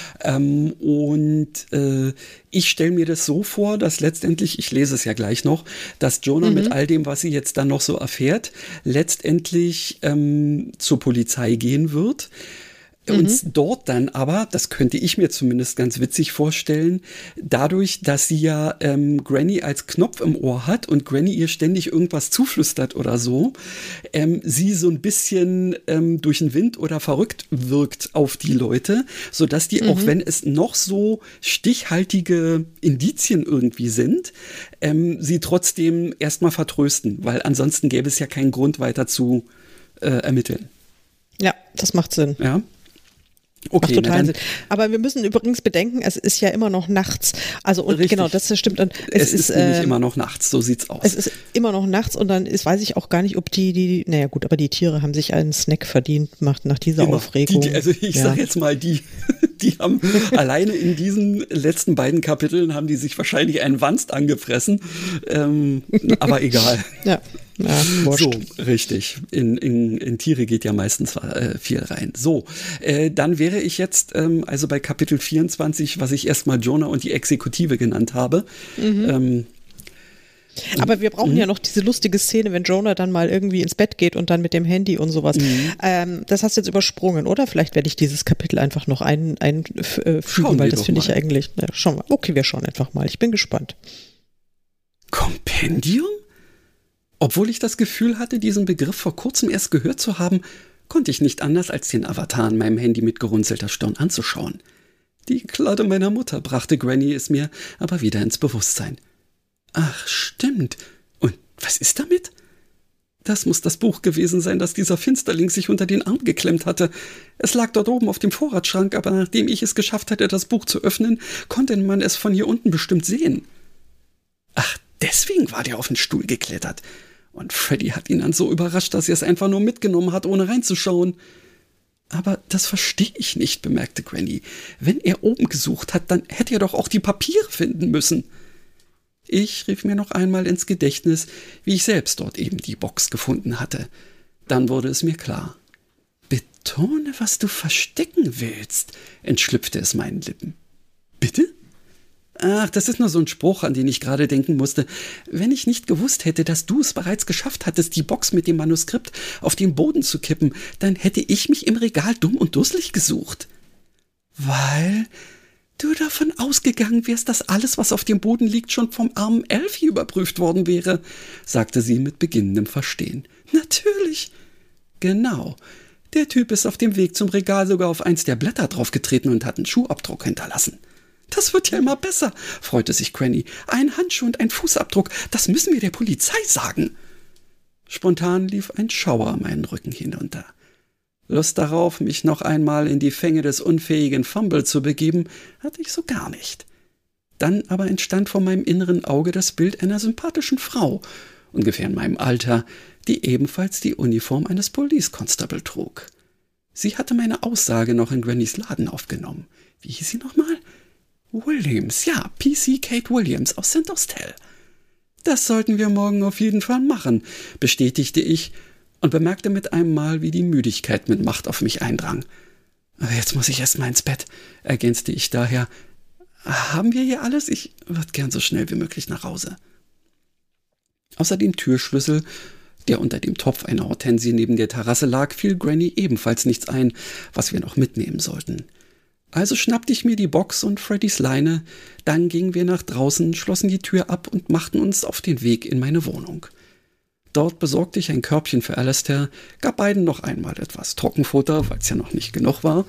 Ich stelle mir das so vor, dass letztendlich, ich lese es ja gleich noch, dass Jonah mit all dem, was sie jetzt dann noch so erfährt, letztendlich zur Polizei gehen wird. Uns dort dann aber, das könnte ich mir zumindest ganz witzig vorstellen, dadurch, dass sie ja Granny als Knopf im Ohr hat und Granny ihr ständig irgendwas zuflüstert oder so, sie so ein bisschen durch den Wind oder verrückt wirkt auf die Leute, sodass die, auch wenn es noch so stichhaltige Indizien irgendwie sind, sie trotzdem erstmal vertrösten, weil ansonsten gäbe es ja keinen Grund weiter zu ermitteln. Ja, das macht Sinn. Ja. Okay, macht total Sinn. Aber wir müssen übrigens bedenken, es ist ja immer noch nachts. Also und richtig. Genau, das stimmt. Und es ist nämlich immer noch nachts, so sieht's aus. Es ist immer noch nachts und dann weiß ich auch gar nicht, ob naja gut, aber die Tiere haben sich einen Snack verdient, nach dieser Aufregung. Ich sag jetzt mal, die Die haben alleine in diesen letzten beiden Kapiteln haben die sich wahrscheinlich einen Wanst angefressen. Aber egal. Ja, wurscht. So, richtig. In Tiere geht ja meistens viel rein. So, dann wäre ich jetzt also bei Kapitel 24, was ich erstmal Jonah und die Exekutive genannt habe. Aber wir brauchen ja noch diese lustige Szene, wenn Jonah dann mal irgendwie ins Bett geht und dann mit dem Handy und sowas. Das hast du jetzt übersprungen, oder? Vielleicht werde ich dieses Kapitel einfach noch einfügen, weil das finde ich eigentlich. Schauen wir. Okay, wir schauen einfach mal. Ich bin gespannt. Kompendium? Obwohl ich das Gefühl hatte, diesen Begriff vor kurzem erst gehört zu haben, konnte ich nicht anders, als den Avatar an meinem Handy mit gerunzelter Stirn anzuschauen. Die Kladde meiner Mutter brachte Granny es mir aber wieder ins Bewusstsein. Ach, stimmt. Und was ist damit? Das muss das Buch gewesen sein, das dieser Finsterling sich unter den Arm geklemmt hatte. Es lag dort oben auf dem Vorratsschrank, aber nachdem ich es geschafft hatte, das Buch zu öffnen, konnte man es von hier unten bestimmt sehen. Ach, deswegen war der auf den Stuhl geklettert. Und Freddy hat ihn dann so überrascht, dass er es einfach nur mitgenommen hat, ohne reinzuschauen. Aber das verstehe ich nicht, bemerkte Granny. Wenn er oben gesucht hat, dann hätte er doch auch die Papiere finden müssen. Ich rief mir noch einmal ins Gedächtnis, wie ich selbst dort eben die Box gefunden hatte. Dann wurde es mir klar. Betone, was du verstecken willst, entschlüpfte es meinen Lippen. Bitte? Ach, das ist nur so ein Spruch, an den ich gerade denken musste. Wenn ich nicht gewusst hätte, dass du es bereits geschafft hattest, die Box mit dem Manuskript auf den Boden zu kippen, dann hätte ich mich im Regal dumm und dusselig gesucht. Weil du davon ausgegangen wärst, dass alles, was auf dem Boden liegt, schon vom armen Elfie überprüft worden wäre, sagte sie mit beginnendem Verstehen. Natürlich. Genau. Der Typ ist auf dem Weg zum Regal sogar auf eins der Blätter draufgetreten und hat einen Schuhabdruck hinterlassen. Das wird ja immer besser, freute sich Granny. Ein Handschuh und ein Fußabdruck, das müssen wir der Polizei sagen. Spontan lief ein Schauer meinen Rücken hinunter. Lust darauf, mich noch einmal in die Fänge des unfähigen Fumble zu begeben, hatte ich so gar nicht. Dann aber entstand vor meinem inneren Auge das Bild einer sympathischen Frau, ungefähr in meinem Alter, die ebenfalls die Uniform eines Police Constable trug. Sie hatte meine Aussage noch in Grannys Laden aufgenommen. Wie hieß sie nochmal? Williams, ja, PC Kate Williams aus St. Austell. Das sollten wir morgen auf jeden Fall machen, bestätigte ich und bemerkte mit einem Mal, wie die Müdigkeit mit Macht auf mich eindrang. Aber jetzt muss ich erst mal ins Bett, ergänzte ich daher. Haben wir hier alles? Ich würde gern so schnell wie möglich nach Hause. Außer dem Türschlüssel, der unter dem Topf einer Hortensie neben der Terrasse lag, fiel Granny ebenfalls nichts ein, was wir noch mitnehmen sollten. Also schnappte ich mir die Box und Freddys Leine, dann gingen wir nach draußen, schlossen die Tür ab und machten uns auf den Weg in meine Wohnung. Dort besorgte ich ein Körbchen für Alastair, gab beiden noch einmal etwas Trockenfutter, weil es ja noch nicht genug war,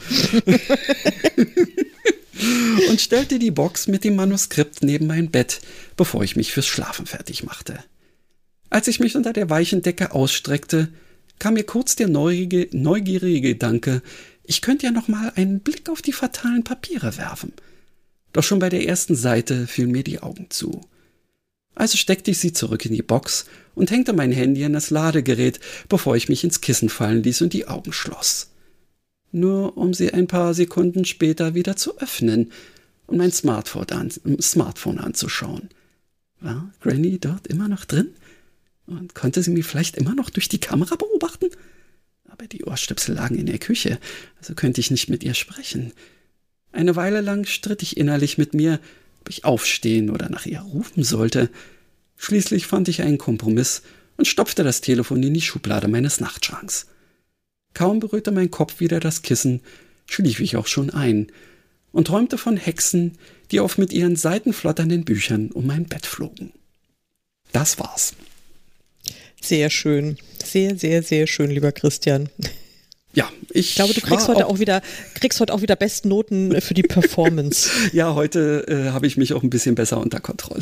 und stellte die Box mit dem Manuskript neben mein Bett, bevor ich mich fürs Schlafen fertig machte. Als ich mich unter der weichen Decke ausstreckte, kam mir kurz der neugierige Gedanke, ich könnte ja noch mal einen Blick auf die fatalen Papiere werfen. Doch schon bei der ersten Seite fielen mir die Augen zu. Also steckte ich sie zurück in die Box und hängte mein Handy an das Ladegerät, bevor ich mich ins Kissen fallen ließ und die Augen schloss. Nur um sie ein paar Sekunden später wieder zu öffnen und mein Smartphone anzuschauen. War Granny dort immer noch drin? Und konnte sie mich vielleicht immer noch durch die Kamera beobachten? Aber die Ohrstöpsel lagen in der Küche, also könnte ich nicht mit ihr sprechen. Eine Weile lang stritt ich innerlich mit mir, ob ich aufstehen oder nach ihr rufen sollte. Schließlich fand ich einen Kompromiss und stopfte das Telefon in die Schublade meines Nachtschranks. Kaum berührte mein Kopf wieder das Kissen, schlief ich auch schon ein und träumte von Hexen, die auf mit ihren seitenflotternden Büchern um mein Bett flogen. Das war's. Sehr schön. Sehr, sehr, sehr schön, lieber Christian. Ja, ich glaube, du kriegst heute auch wieder Bestnoten für die Performance. Ja, heute habe ich mich auch ein bisschen besser unter Kontrolle.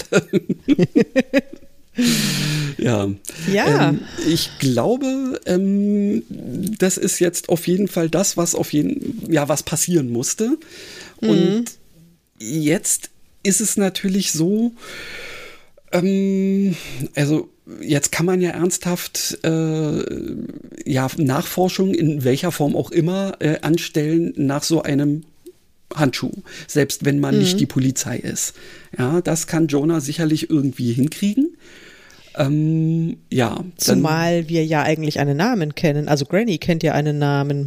Ja. Ich glaube, das ist jetzt auf jeden Fall das, was was passieren musste. Und jetzt ist es natürlich so, also jetzt kann man ja ernsthaft Nachforschung in welcher Form auch immer anstellen nach so einem Handschuh, selbst wenn man nicht die Polizei ist. Ja, das kann Jonah sicherlich irgendwie hinkriegen. Ja. Zumal wir ja eigentlich einen Namen kennen. Also Granny kennt ja einen Namen.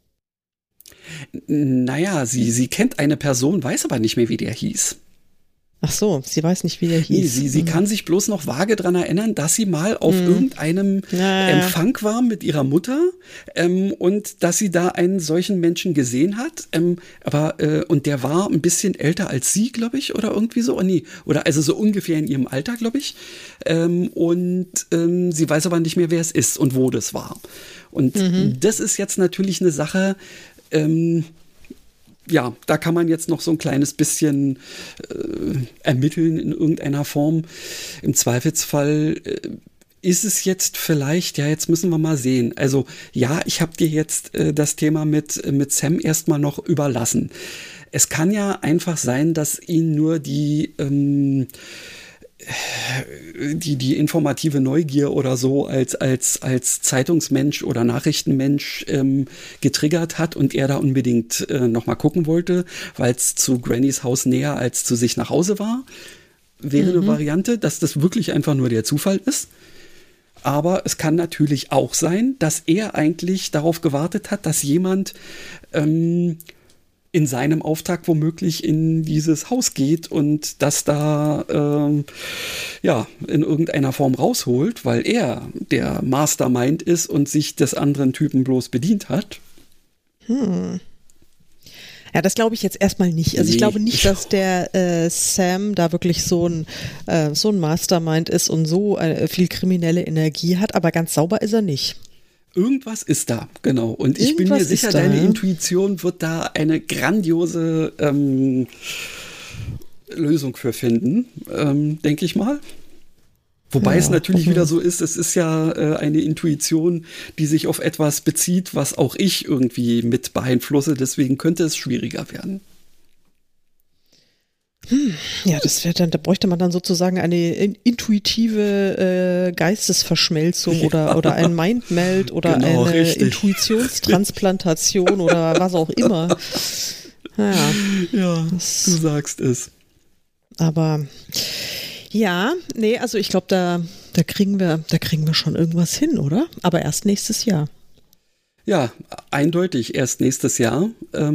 Naja, sie kennt eine Person, weiß aber nicht mehr, wie der hieß. Ach so, sie weiß nicht, wie der hieß. Nee, sie kann sich bloß noch vage daran erinnern, dass sie mal auf irgendeinem Empfang war mit ihrer Mutter und dass sie da einen solchen Menschen gesehen hat. Und der war ein bisschen älter als sie, glaube ich, oder irgendwie so. Oder also so ungefähr in ihrem Alter, glaube ich. Sie weiß aber nicht mehr, wer es ist und wo das war. Und das ist jetzt natürlich eine Sache, ja, da kann man jetzt noch so ein kleines bisschen ermitteln in irgendeiner Form. Im Zweifelsfall ist es jetzt vielleicht, ja, jetzt müssen wir mal sehen. Also ja, ich habe dir jetzt das Thema mit Sam erstmal noch überlassen. Es kann ja einfach sein, dass ihn nur die informative Neugier oder so als Zeitungsmensch oder Nachrichtenmensch getriggert hat und er da unbedingt noch mal gucken wollte, weil es zu Grannys Haus näher als zu sich nach Hause war. Wäre eine Variante, dass das wirklich einfach nur der Zufall ist. Aber es kann natürlich auch sein, dass er eigentlich darauf gewartet hat, dass jemand in seinem Auftrag womöglich in dieses Haus geht und das da in irgendeiner Form rausholt, weil er der Mastermind ist und sich des anderen Typen bloß bedient hat. Ja, das glaube ich jetzt erstmal nicht. Also ich glaube nicht, dass der Sam da wirklich so ein Mastermind ist und so viel kriminelle Energie hat, aber ganz sauber ist er nicht. Irgendwas ist da, genau. Und ich bin mir sicher, deine Intuition wird da eine grandiose Lösung für finden, denke ich mal. Wobei es natürlich wieder so ist, es ist ja eine Intuition, die sich auf etwas bezieht, was auch ich irgendwie mit beeinflusse. Deswegen könnte es schwieriger werden. Ja, da bräuchte man dann sozusagen eine intuitive Geistesverschmelzung oder ein Mindmeld oder eine richtig. Intuitionstransplantation oder was auch immer. Ja, du sagst es. Aber ja, nee, also ich glaube, da kriegen wir schon irgendwas hin, oder? Aber erst nächstes Jahr. Ja, eindeutig erst nächstes Jahr.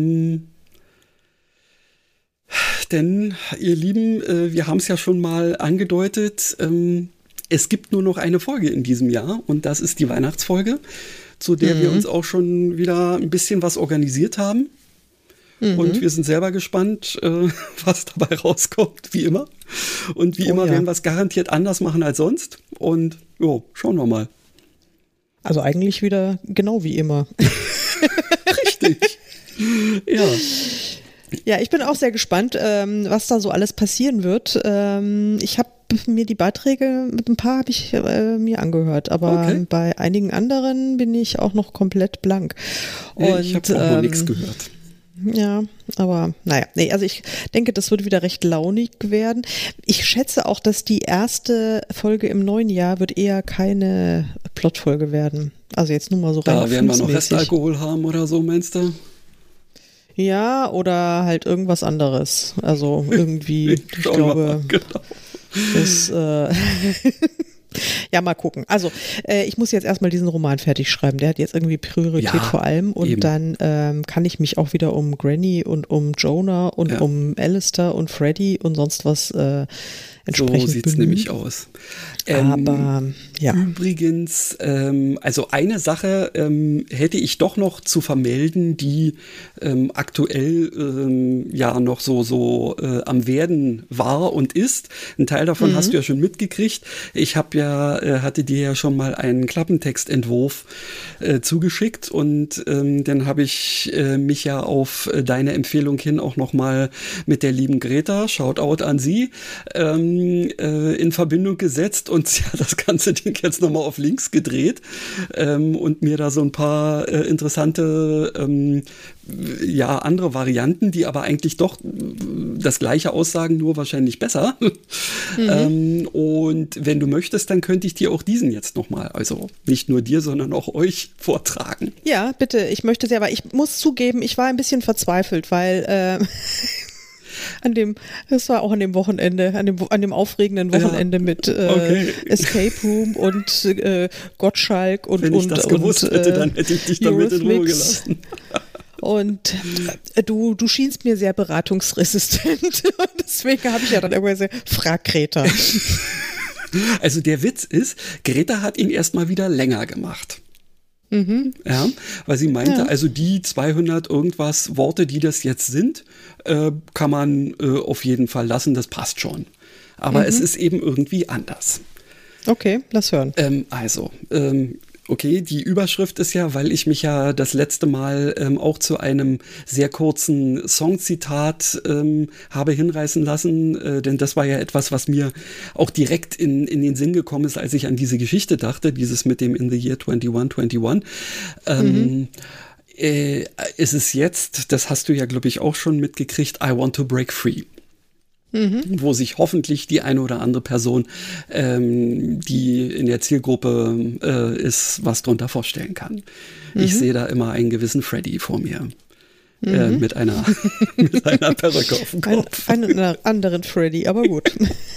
Denn, ihr Lieben, wir haben es ja schon mal angedeutet, es gibt nur noch eine Folge in diesem Jahr und das ist die Weihnachtsfolge, zu der wir uns auch schon wieder ein bisschen was organisiert haben. Und wir sind selber gespannt, was dabei rauskommt, wie immer. Und wie immer werden wir es garantiert anders machen als sonst. Und schauen wir mal. Also eigentlich wieder genau wie immer. Richtig. Ja. Ja, ich bin auch sehr gespannt, was da so alles passieren wird. Ich habe mir die Beiträge, mit ein paar habe ich mir angehört, aber bei einigen anderen bin ich auch noch komplett blank. Und, ich habe auch noch nichts gehört. Ja, aber naja, also ich denke, das wird wieder recht launig werden. Ich schätze auch, dass die erste Folge im neuen Jahr wird eher keine Plotfolge werden. Also jetzt nur mal so rein. Da werden wir noch Restalkohol haben oder so, meinst du? Ja, oder halt irgendwas anderes. Also irgendwie, ich glaube, das, ja, mal gucken. Also, ich muss jetzt erstmal diesen Roman fertig schreiben. Der hat jetzt irgendwie Priorität vor allem. Und eben. Dann kann ich mich auch wieder um Granny und um Jonah und um Alistair und Freddy und sonst was entsprechend so sieht's nämlich aus. Aber, ja. Übrigens, also eine Sache hätte ich doch noch zu vermelden, die aktuell noch so am Werden war und ist. Ein Teil davon hast du ja schon mitgekriegt. Ich hatte dir ja schon mal einen Klappentextentwurf zugeschickt und dann habe ich mich ja auf deine Empfehlung hin auch noch mal mit der lieben Greta, Shoutout an sie, in Verbindung gesetzt und sie hat das ganze Ding jetzt nochmal auf links gedreht und mir da so ein paar interessante andere Varianten, die aber eigentlich doch das Gleiche aussagen, nur wahrscheinlich besser. Und wenn du möchtest, dann könnte ich dir auch diesen jetzt nochmal, also nicht nur dir, sondern auch euch vortragen. Ja, bitte, ich möchte sehr, aber ich muss zugeben, ich war ein bisschen verzweifelt, weil das war auch an dem Wochenende, an dem aufregenden Wochenende mit Escape Room und Gottschalk und wenn ich das gewusst hätte, dann hätte ich dich damit in Ruhe gelassen. Und du schienst mir sehr beratungsresistent und deswegen habe ich ja dann irgendwann gesagt, frag Greta. Also der Witz ist, Greta hat ihn erstmal wieder länger gemacht. Ja, weil sie meinte, also die 200 irgendwas Worte, die das jetzt sind, kann man auf jeden Fall lassen, das passt schon. Aber es ist eben irgendwie anders. Okay, lass hören. Okay, die Überschrift ist ja, weil ich mich ja das letzte Mal auch zu einem sehr kurzen Songzitat habe hinreißen lassen, denn das war ja etwas, was mir auch direkt in den Sinn gekommen ist, als ich an diese Geschichte dachte, dieses mit dem In the Year 2121. Ist es jetzt, das hast du ja, glaube ich, auch schon mitgekriegt, I Want to Break Free. Wo sich hoffentlich die eine oder andere Person, die in der Zielgruppe ist, was drunter vorstellen kann. Ich sehe da immer einen gewissen Freddy vor mir. Mit einer Perücke auf dem Kopf. Einen anderen Freddy, aber gut.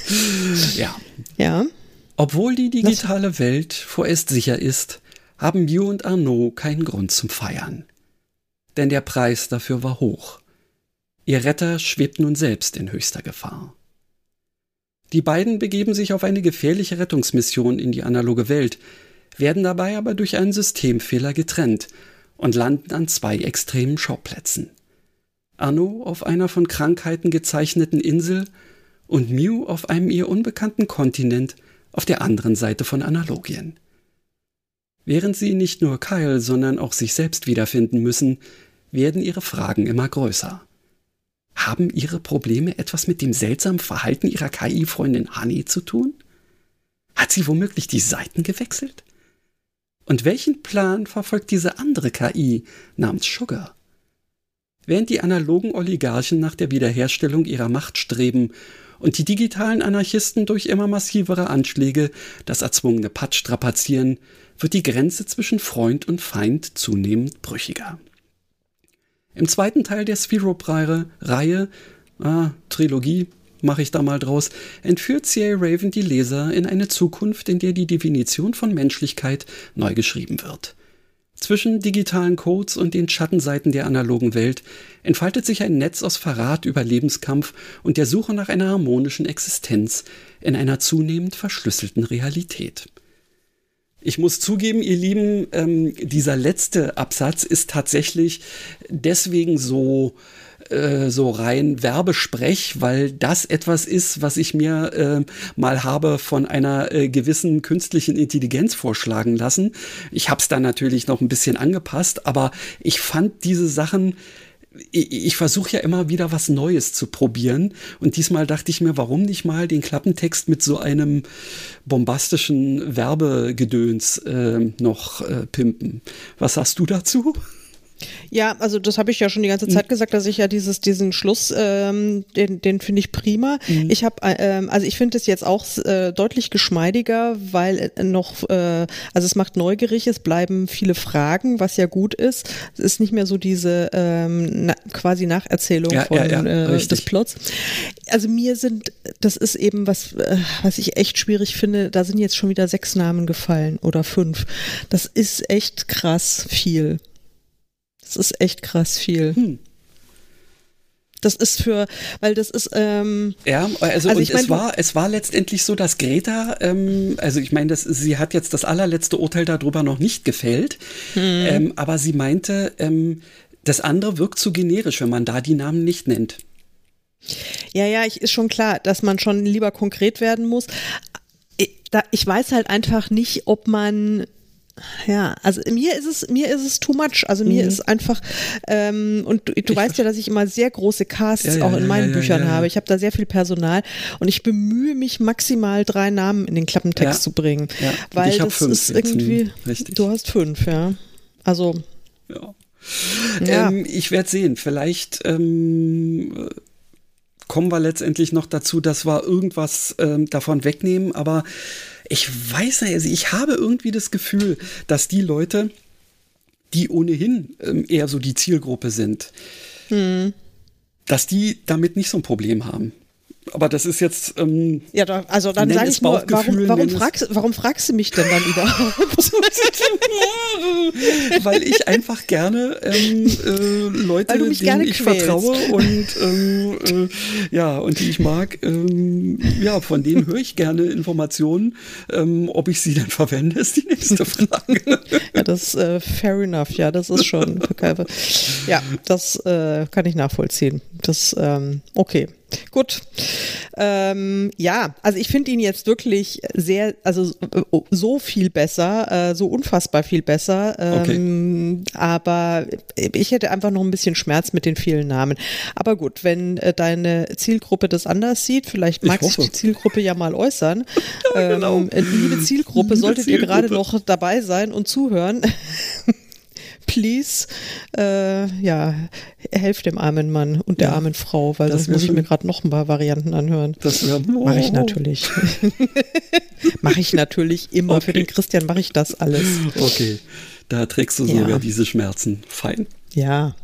Ja. Obwohl die digitale Welt vorerst sicher ist, haben Mew und Arnaud keinen Grund zum Feiern. Denn der Preis dafür war hoch. Ihr Retter schwebt nun selbst in höchster Gefahr. Die beiden begeben sich auf eine gefährliche Rettungsmission in die analoge Welt, werden dabei aber durch einen Systemfehler getrennt und landen an 2 extremen Schauplätzen. Arnaud auf einer von Krankheiten gezeichneten Insel und Mew auf einem ihr unbekannten Kontinent auf der anderen Seite von Analogien. Während sie nicht nur Kyle, sondern auch sich selbst wiederfinden müssen, werden ihre Fragen immer größer. Haben ihre Probleme etwas mit dem seltsamen Verhalten ihrer KI-Freundin Honey zu tun? Hat sie womöglich die Seiten gewechselt? Und welchen Plan verfolgt diese andere KI namens Sugar? Während die analogen Oligarchen nach der Wiederherstellung ihrer Macht streben und die digitalen Anarchisten durch immer massivere Anschläge das erzwungene Pad strapazieren, wird die Grenze zwischen Freund und Feind zunehmend brüchiger. Im zweiten Teil der Spherope-Reihe, Trilogie, mache ich da mal draus, entführt C.A. Raven die Leser in eine Zukunft, in der die Definition von Menschlichkeit neu geschrieben wird. Zwischen digitalen Codes und den Schattenseiten der analogen Welt entfaltet sich ein Netz aus Verrat, Überlebenskampf und der Suche nach einer harmonischen Existenz in einer zunehmend verschlüsselten Realität. Ich muss zugeben, ihr Lieben, dieser letzte Absatz ist tatsächlich deswegen so rein Werbesprech, weil das etwas ist, was ich mir mal habe von einer gewissen künstlichen Intelligenz vorschlagen lassen. Ich habe es dann natürlich noch ein bisschen angepasst, aber ich fand diese Sachen, ich versuche ja immer wieder was Neues zu probieren und diesmal dachte ich mir, warum nicht mal den Klappentext mit so einem bombastischen Werbegedöns noch pimpen. Was sagst du dazu? Ja, also das habe ich ja schon die ganze Zeit gesagt, dass ich ja diesen Schluss, den finde ich prima. Ich habe, also ich finde es jetzt auch deutlich geschmeidiger, weil also es macht neugierig, es bleiben viele Fragen, was ja gut ist. Es ist nicht mehr so diese quasi Nacherzählung des Plots. Also das ist eben was ich echt schwierig finde, da sind jetzt schon wieder 6 Namen gefallen oder 5. Das ist echt krass viel. Das ist echt krass viel. Das ist weil das ist es war letztendlich so, dass Greta, also ich meine, sie hat jetzt das allerletzte Urteil darüber noch nicht gefällt, aber sie meinte, das andere wirkt zu generisch, wenn man da die Namen nicht nennt. Ja, ist schon klar, dass man schon lieber konkret werden muss. Ich weiß halt einfach nicht, ob man also mir ist es too much. Also mir ist einfach, und du weißt ja, dass ich immer sehr große Casts auch in meinen Büchern habe. Ich habe da sehr viel Personal und ich bemühe mich maximal 3 Namen in den Klappentext zu bringen. Ja. Weil ich das 5 ist irgendwie, richtig. Du hast 5, ja. Also. Ja. Ja. Ich werde sehen, vielleicht kommen wir letztendlich noch dazu, dass wir irgendwas davon wegnehmen, aber ich weiß nicht, also ich habe irgendwie das Gefühl, dass die Leute, die ohnehin eher so die Zielgruppe sind, dass die damit nicht so ein Problem haben. Aber das ist jetzt dann sage ich nur, warum fragst du mich denn dann überhaupt? Weil ich einfach gerne Leute, denen ich vertraue und und die ich mag, von denen höre ich gerne Informationen. Ob ich sie dann verwende, ist die nächste Frage. Ja, das fair enough, ja, das ist schon ja, das kann ich nachvollziehen. Das okay. Gut. Also ich finde ihn jetzt wirklich so viel besser, so unfassbar viel besser. Aber ich hätte einfach noch ein bisschen Schmerz mit den vielen Namen. Aber gut, wenn deine Zielgruppe das anders sieht, vielleicht mag sich die Zielgruppe ja mal äußern. Ja, genau. Liebe Zielgruppe, solltet ihr gerade noch dabei sein und zuhören. Please, helft dem armen Mann und der armen Frau, weil sonst muss ich mir gerade noch ein paar Varianten anhören. Mache ich natürlich. Mache ich natürlich immer. Okay. Für den Christian mache ich das alles. Okay, da trägst du sogar diese Schmerzen. Fein. Ja.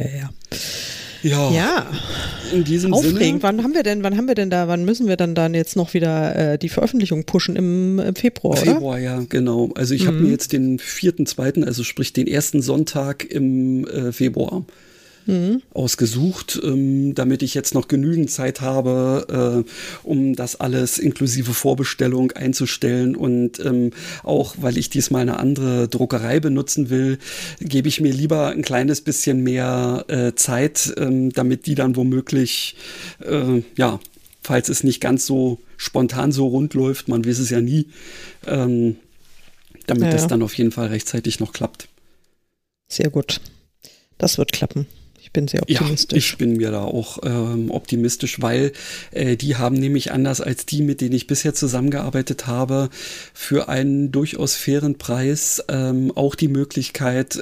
Ja, in diesem aufregend. Sinne. Wann müssen wir dann jetzt noch wieder die Veröffentlichung pushen? Im Februar, oder? Februar, ja, genau. Also ich habe mir jetzt den 4.2., also sprich den ersten Sonntag im Februar ausgesucht, damit ich jetzt noch genügend Zeit habe, um das alles inklusive Vorbestellung einzustellen und auch, weil ich diesmal eine andere Druckerei benutzen will, gebe ich mir lieber ein kleines bisschen mehr Zeit, damit die dann womöglich, falls es nicht ganz so spontan so rund läuft, man weiß es ja nie, damit das dann auf jeden Fall rechtzeitig noch klappt. Sehr gut. Das wird klappen. Ich bin sehr optimistisch. Ja, ich bin mir da auch optimistisch, weil die haben nämlich anders als die, mit denen ich bisher zusammengearbeitet habe, für einen durchaus fairen Preis auch die Möglichkeit,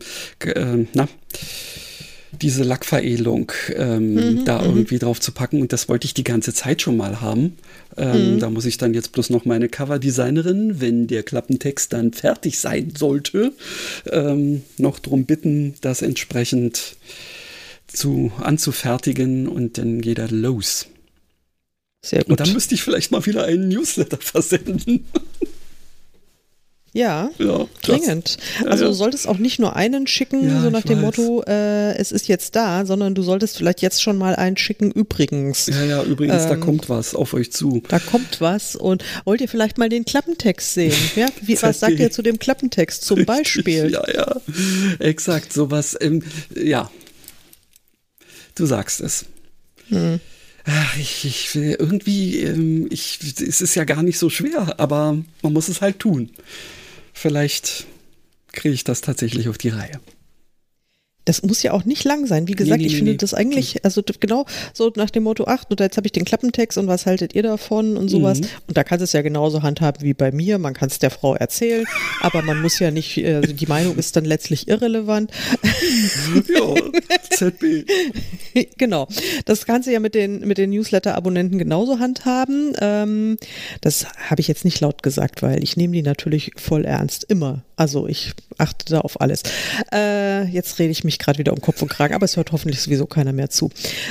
diese Lackveredelung da irgendwie drauf zu packen. Und das wollte ich die ganze Zeit schon mal haben. Da muss ich dann jetzt bloß noch meine Coverdesignerin, wenn der Klappentext dann fertig sein sollte, noch drum bitten, das entsprechend anzufertigen, und dann geht er los. Sehr gut. Und dann müsste ich vielleicht mal wieder einen Newsletter versenden. Ja, dringend. Also du solltest auch nicht nur einen schicken, so nach dem Motto, es ist jetzt da, sondern du solltest vielleicht jetzt schon mal einen schicken, übrigens. Ja, übrigens, da kommt was auf euch zu. Da kommt was, und wollt ihr vielleicht mal den Klappentext sehen? Ja? Was sagt ihr zu dem Klappentext zum Beispiel? Ja, exakt, sowas, du sagst es. Ich will irgendwie, es ist ja gar nicht so schwer, aber man muss es halt tun. Vielleicht kriege ich das tatsächlich auf die Reihe. Das muss ja auch nicht lang sein. Wie gesagt, ich finde das eigentlich, also genau so nach dem Motto, und jetzt habe ich den Klappentext und was haltet ihr davon und sowas. Und da kannst du es ja genauso handhaben wie bei mir. Man kann es der Frau erzählen, aber man muss ja nicht, die Meinung ist dann letztlich irrelevant. Ja, ZB. Genau. Das kannst du ja mit den Newsletter-Abonnenten genauso handhaben. Das habe ich jetzt nicht laut gesagt, weil ich nehme die natürlich voll ernst. Immer. Also ich achte da auf alles. Jetzt rede ich mich gerade wieder um Kopf und Kragen, aber es hört hoffentlich sowieso keiner mehr zu.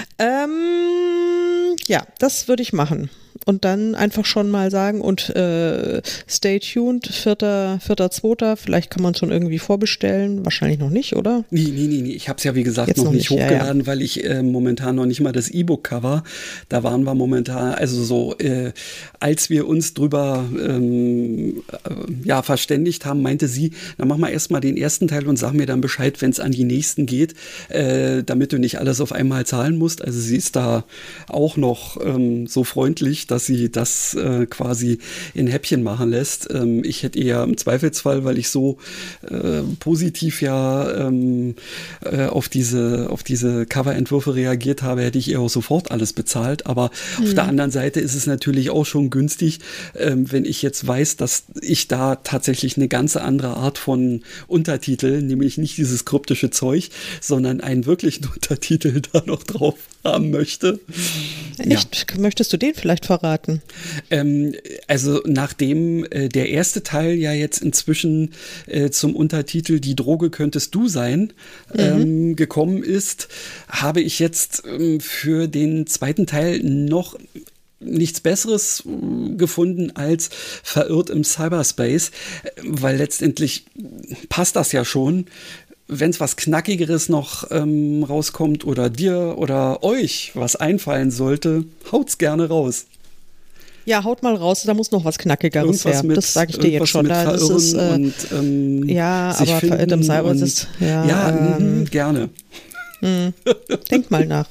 Das würde ich machen. Und dann einfach schon mal sagen und stay tuned, 4.2. Vielleicht kann man es schon irgendwie vorbestellen. Wahrscheinlich noch nicht, oder? Nee. Ich habe es ja, wie gesagt, jetzt noch nicht hochgeladen, weil ich momentan noch nicht mal das E-Book-Cover, da waren wir momentan, also so, als wir uns drüber verständigt haben, meinte sie, dann mach mal erstmal den ersten Teil und sag mir dann Bescheid, wenn es an die nächsten geht, damit du nicht alles auf einmal zahlen musst. Also sie ist da auch noch so freundlich, nicht, dass sie das quasi in Häppchen machen lässt. Ich hätte eher im Zweifelsfall, weil ich so positiv ja auf diese Coverentwürfe reagiert habe, hätte ich eher auch sofort alles bezahlt. Aber auf der anderen Seite ist es natürlich auch schon günstig, wenn ich jetzt weiß, dass ich da tatsächlich eine ganz andere Art von Untertitel, nämlich nicht dieses kryptische Zeug, sondern einen wirklichen Untertitel da noch drauf haben möchte. Echt? Ja. Möchtest du den vielleicht verraten? Also nachdem der erste Teil ja jetzt inzwischen zum Untertitel Die Droge könntest du sein gekommen ist, habe ich jetzt für den zweiten Teil noch nichts Besseres gefunden als Verirrt im Cyberspace, weil letztendlich passt das ja schon. Wenn es was Knackigeres noch rauskommt oder dir oder euch was einfallen sollte, haut's gerne raus. Ja, haut mal raus, da muss noch was Knackigeres her. Das sage ich dir jetzt schon. Das ist, ja, aber Verirrt im Cyberspace ist gerne. Denk mal nach.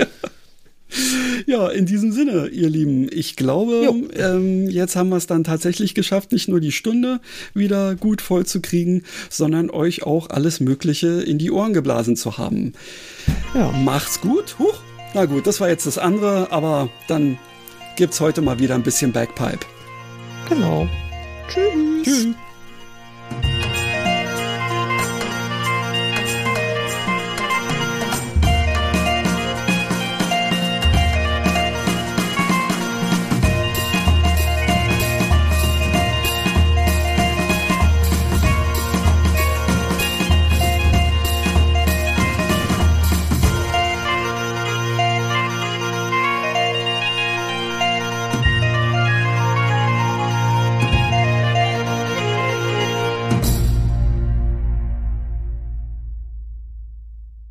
Ja, in diesem Sinne, ihr Lieben, ich glaube, jetzt haben wir es dann tatsächlich geschafft, nicht nur die Stunde wieder gut voll zu kriegen, sondern euch auch alles Mögliche in die Ohren geblasen zu haben. Ja. Macht's gut. Huch. Na gut, das war jetzt das andere, aber dann gibt's heute mal wieder ein bisschen Bagpipe. Genau. Tschüss. Tschüss.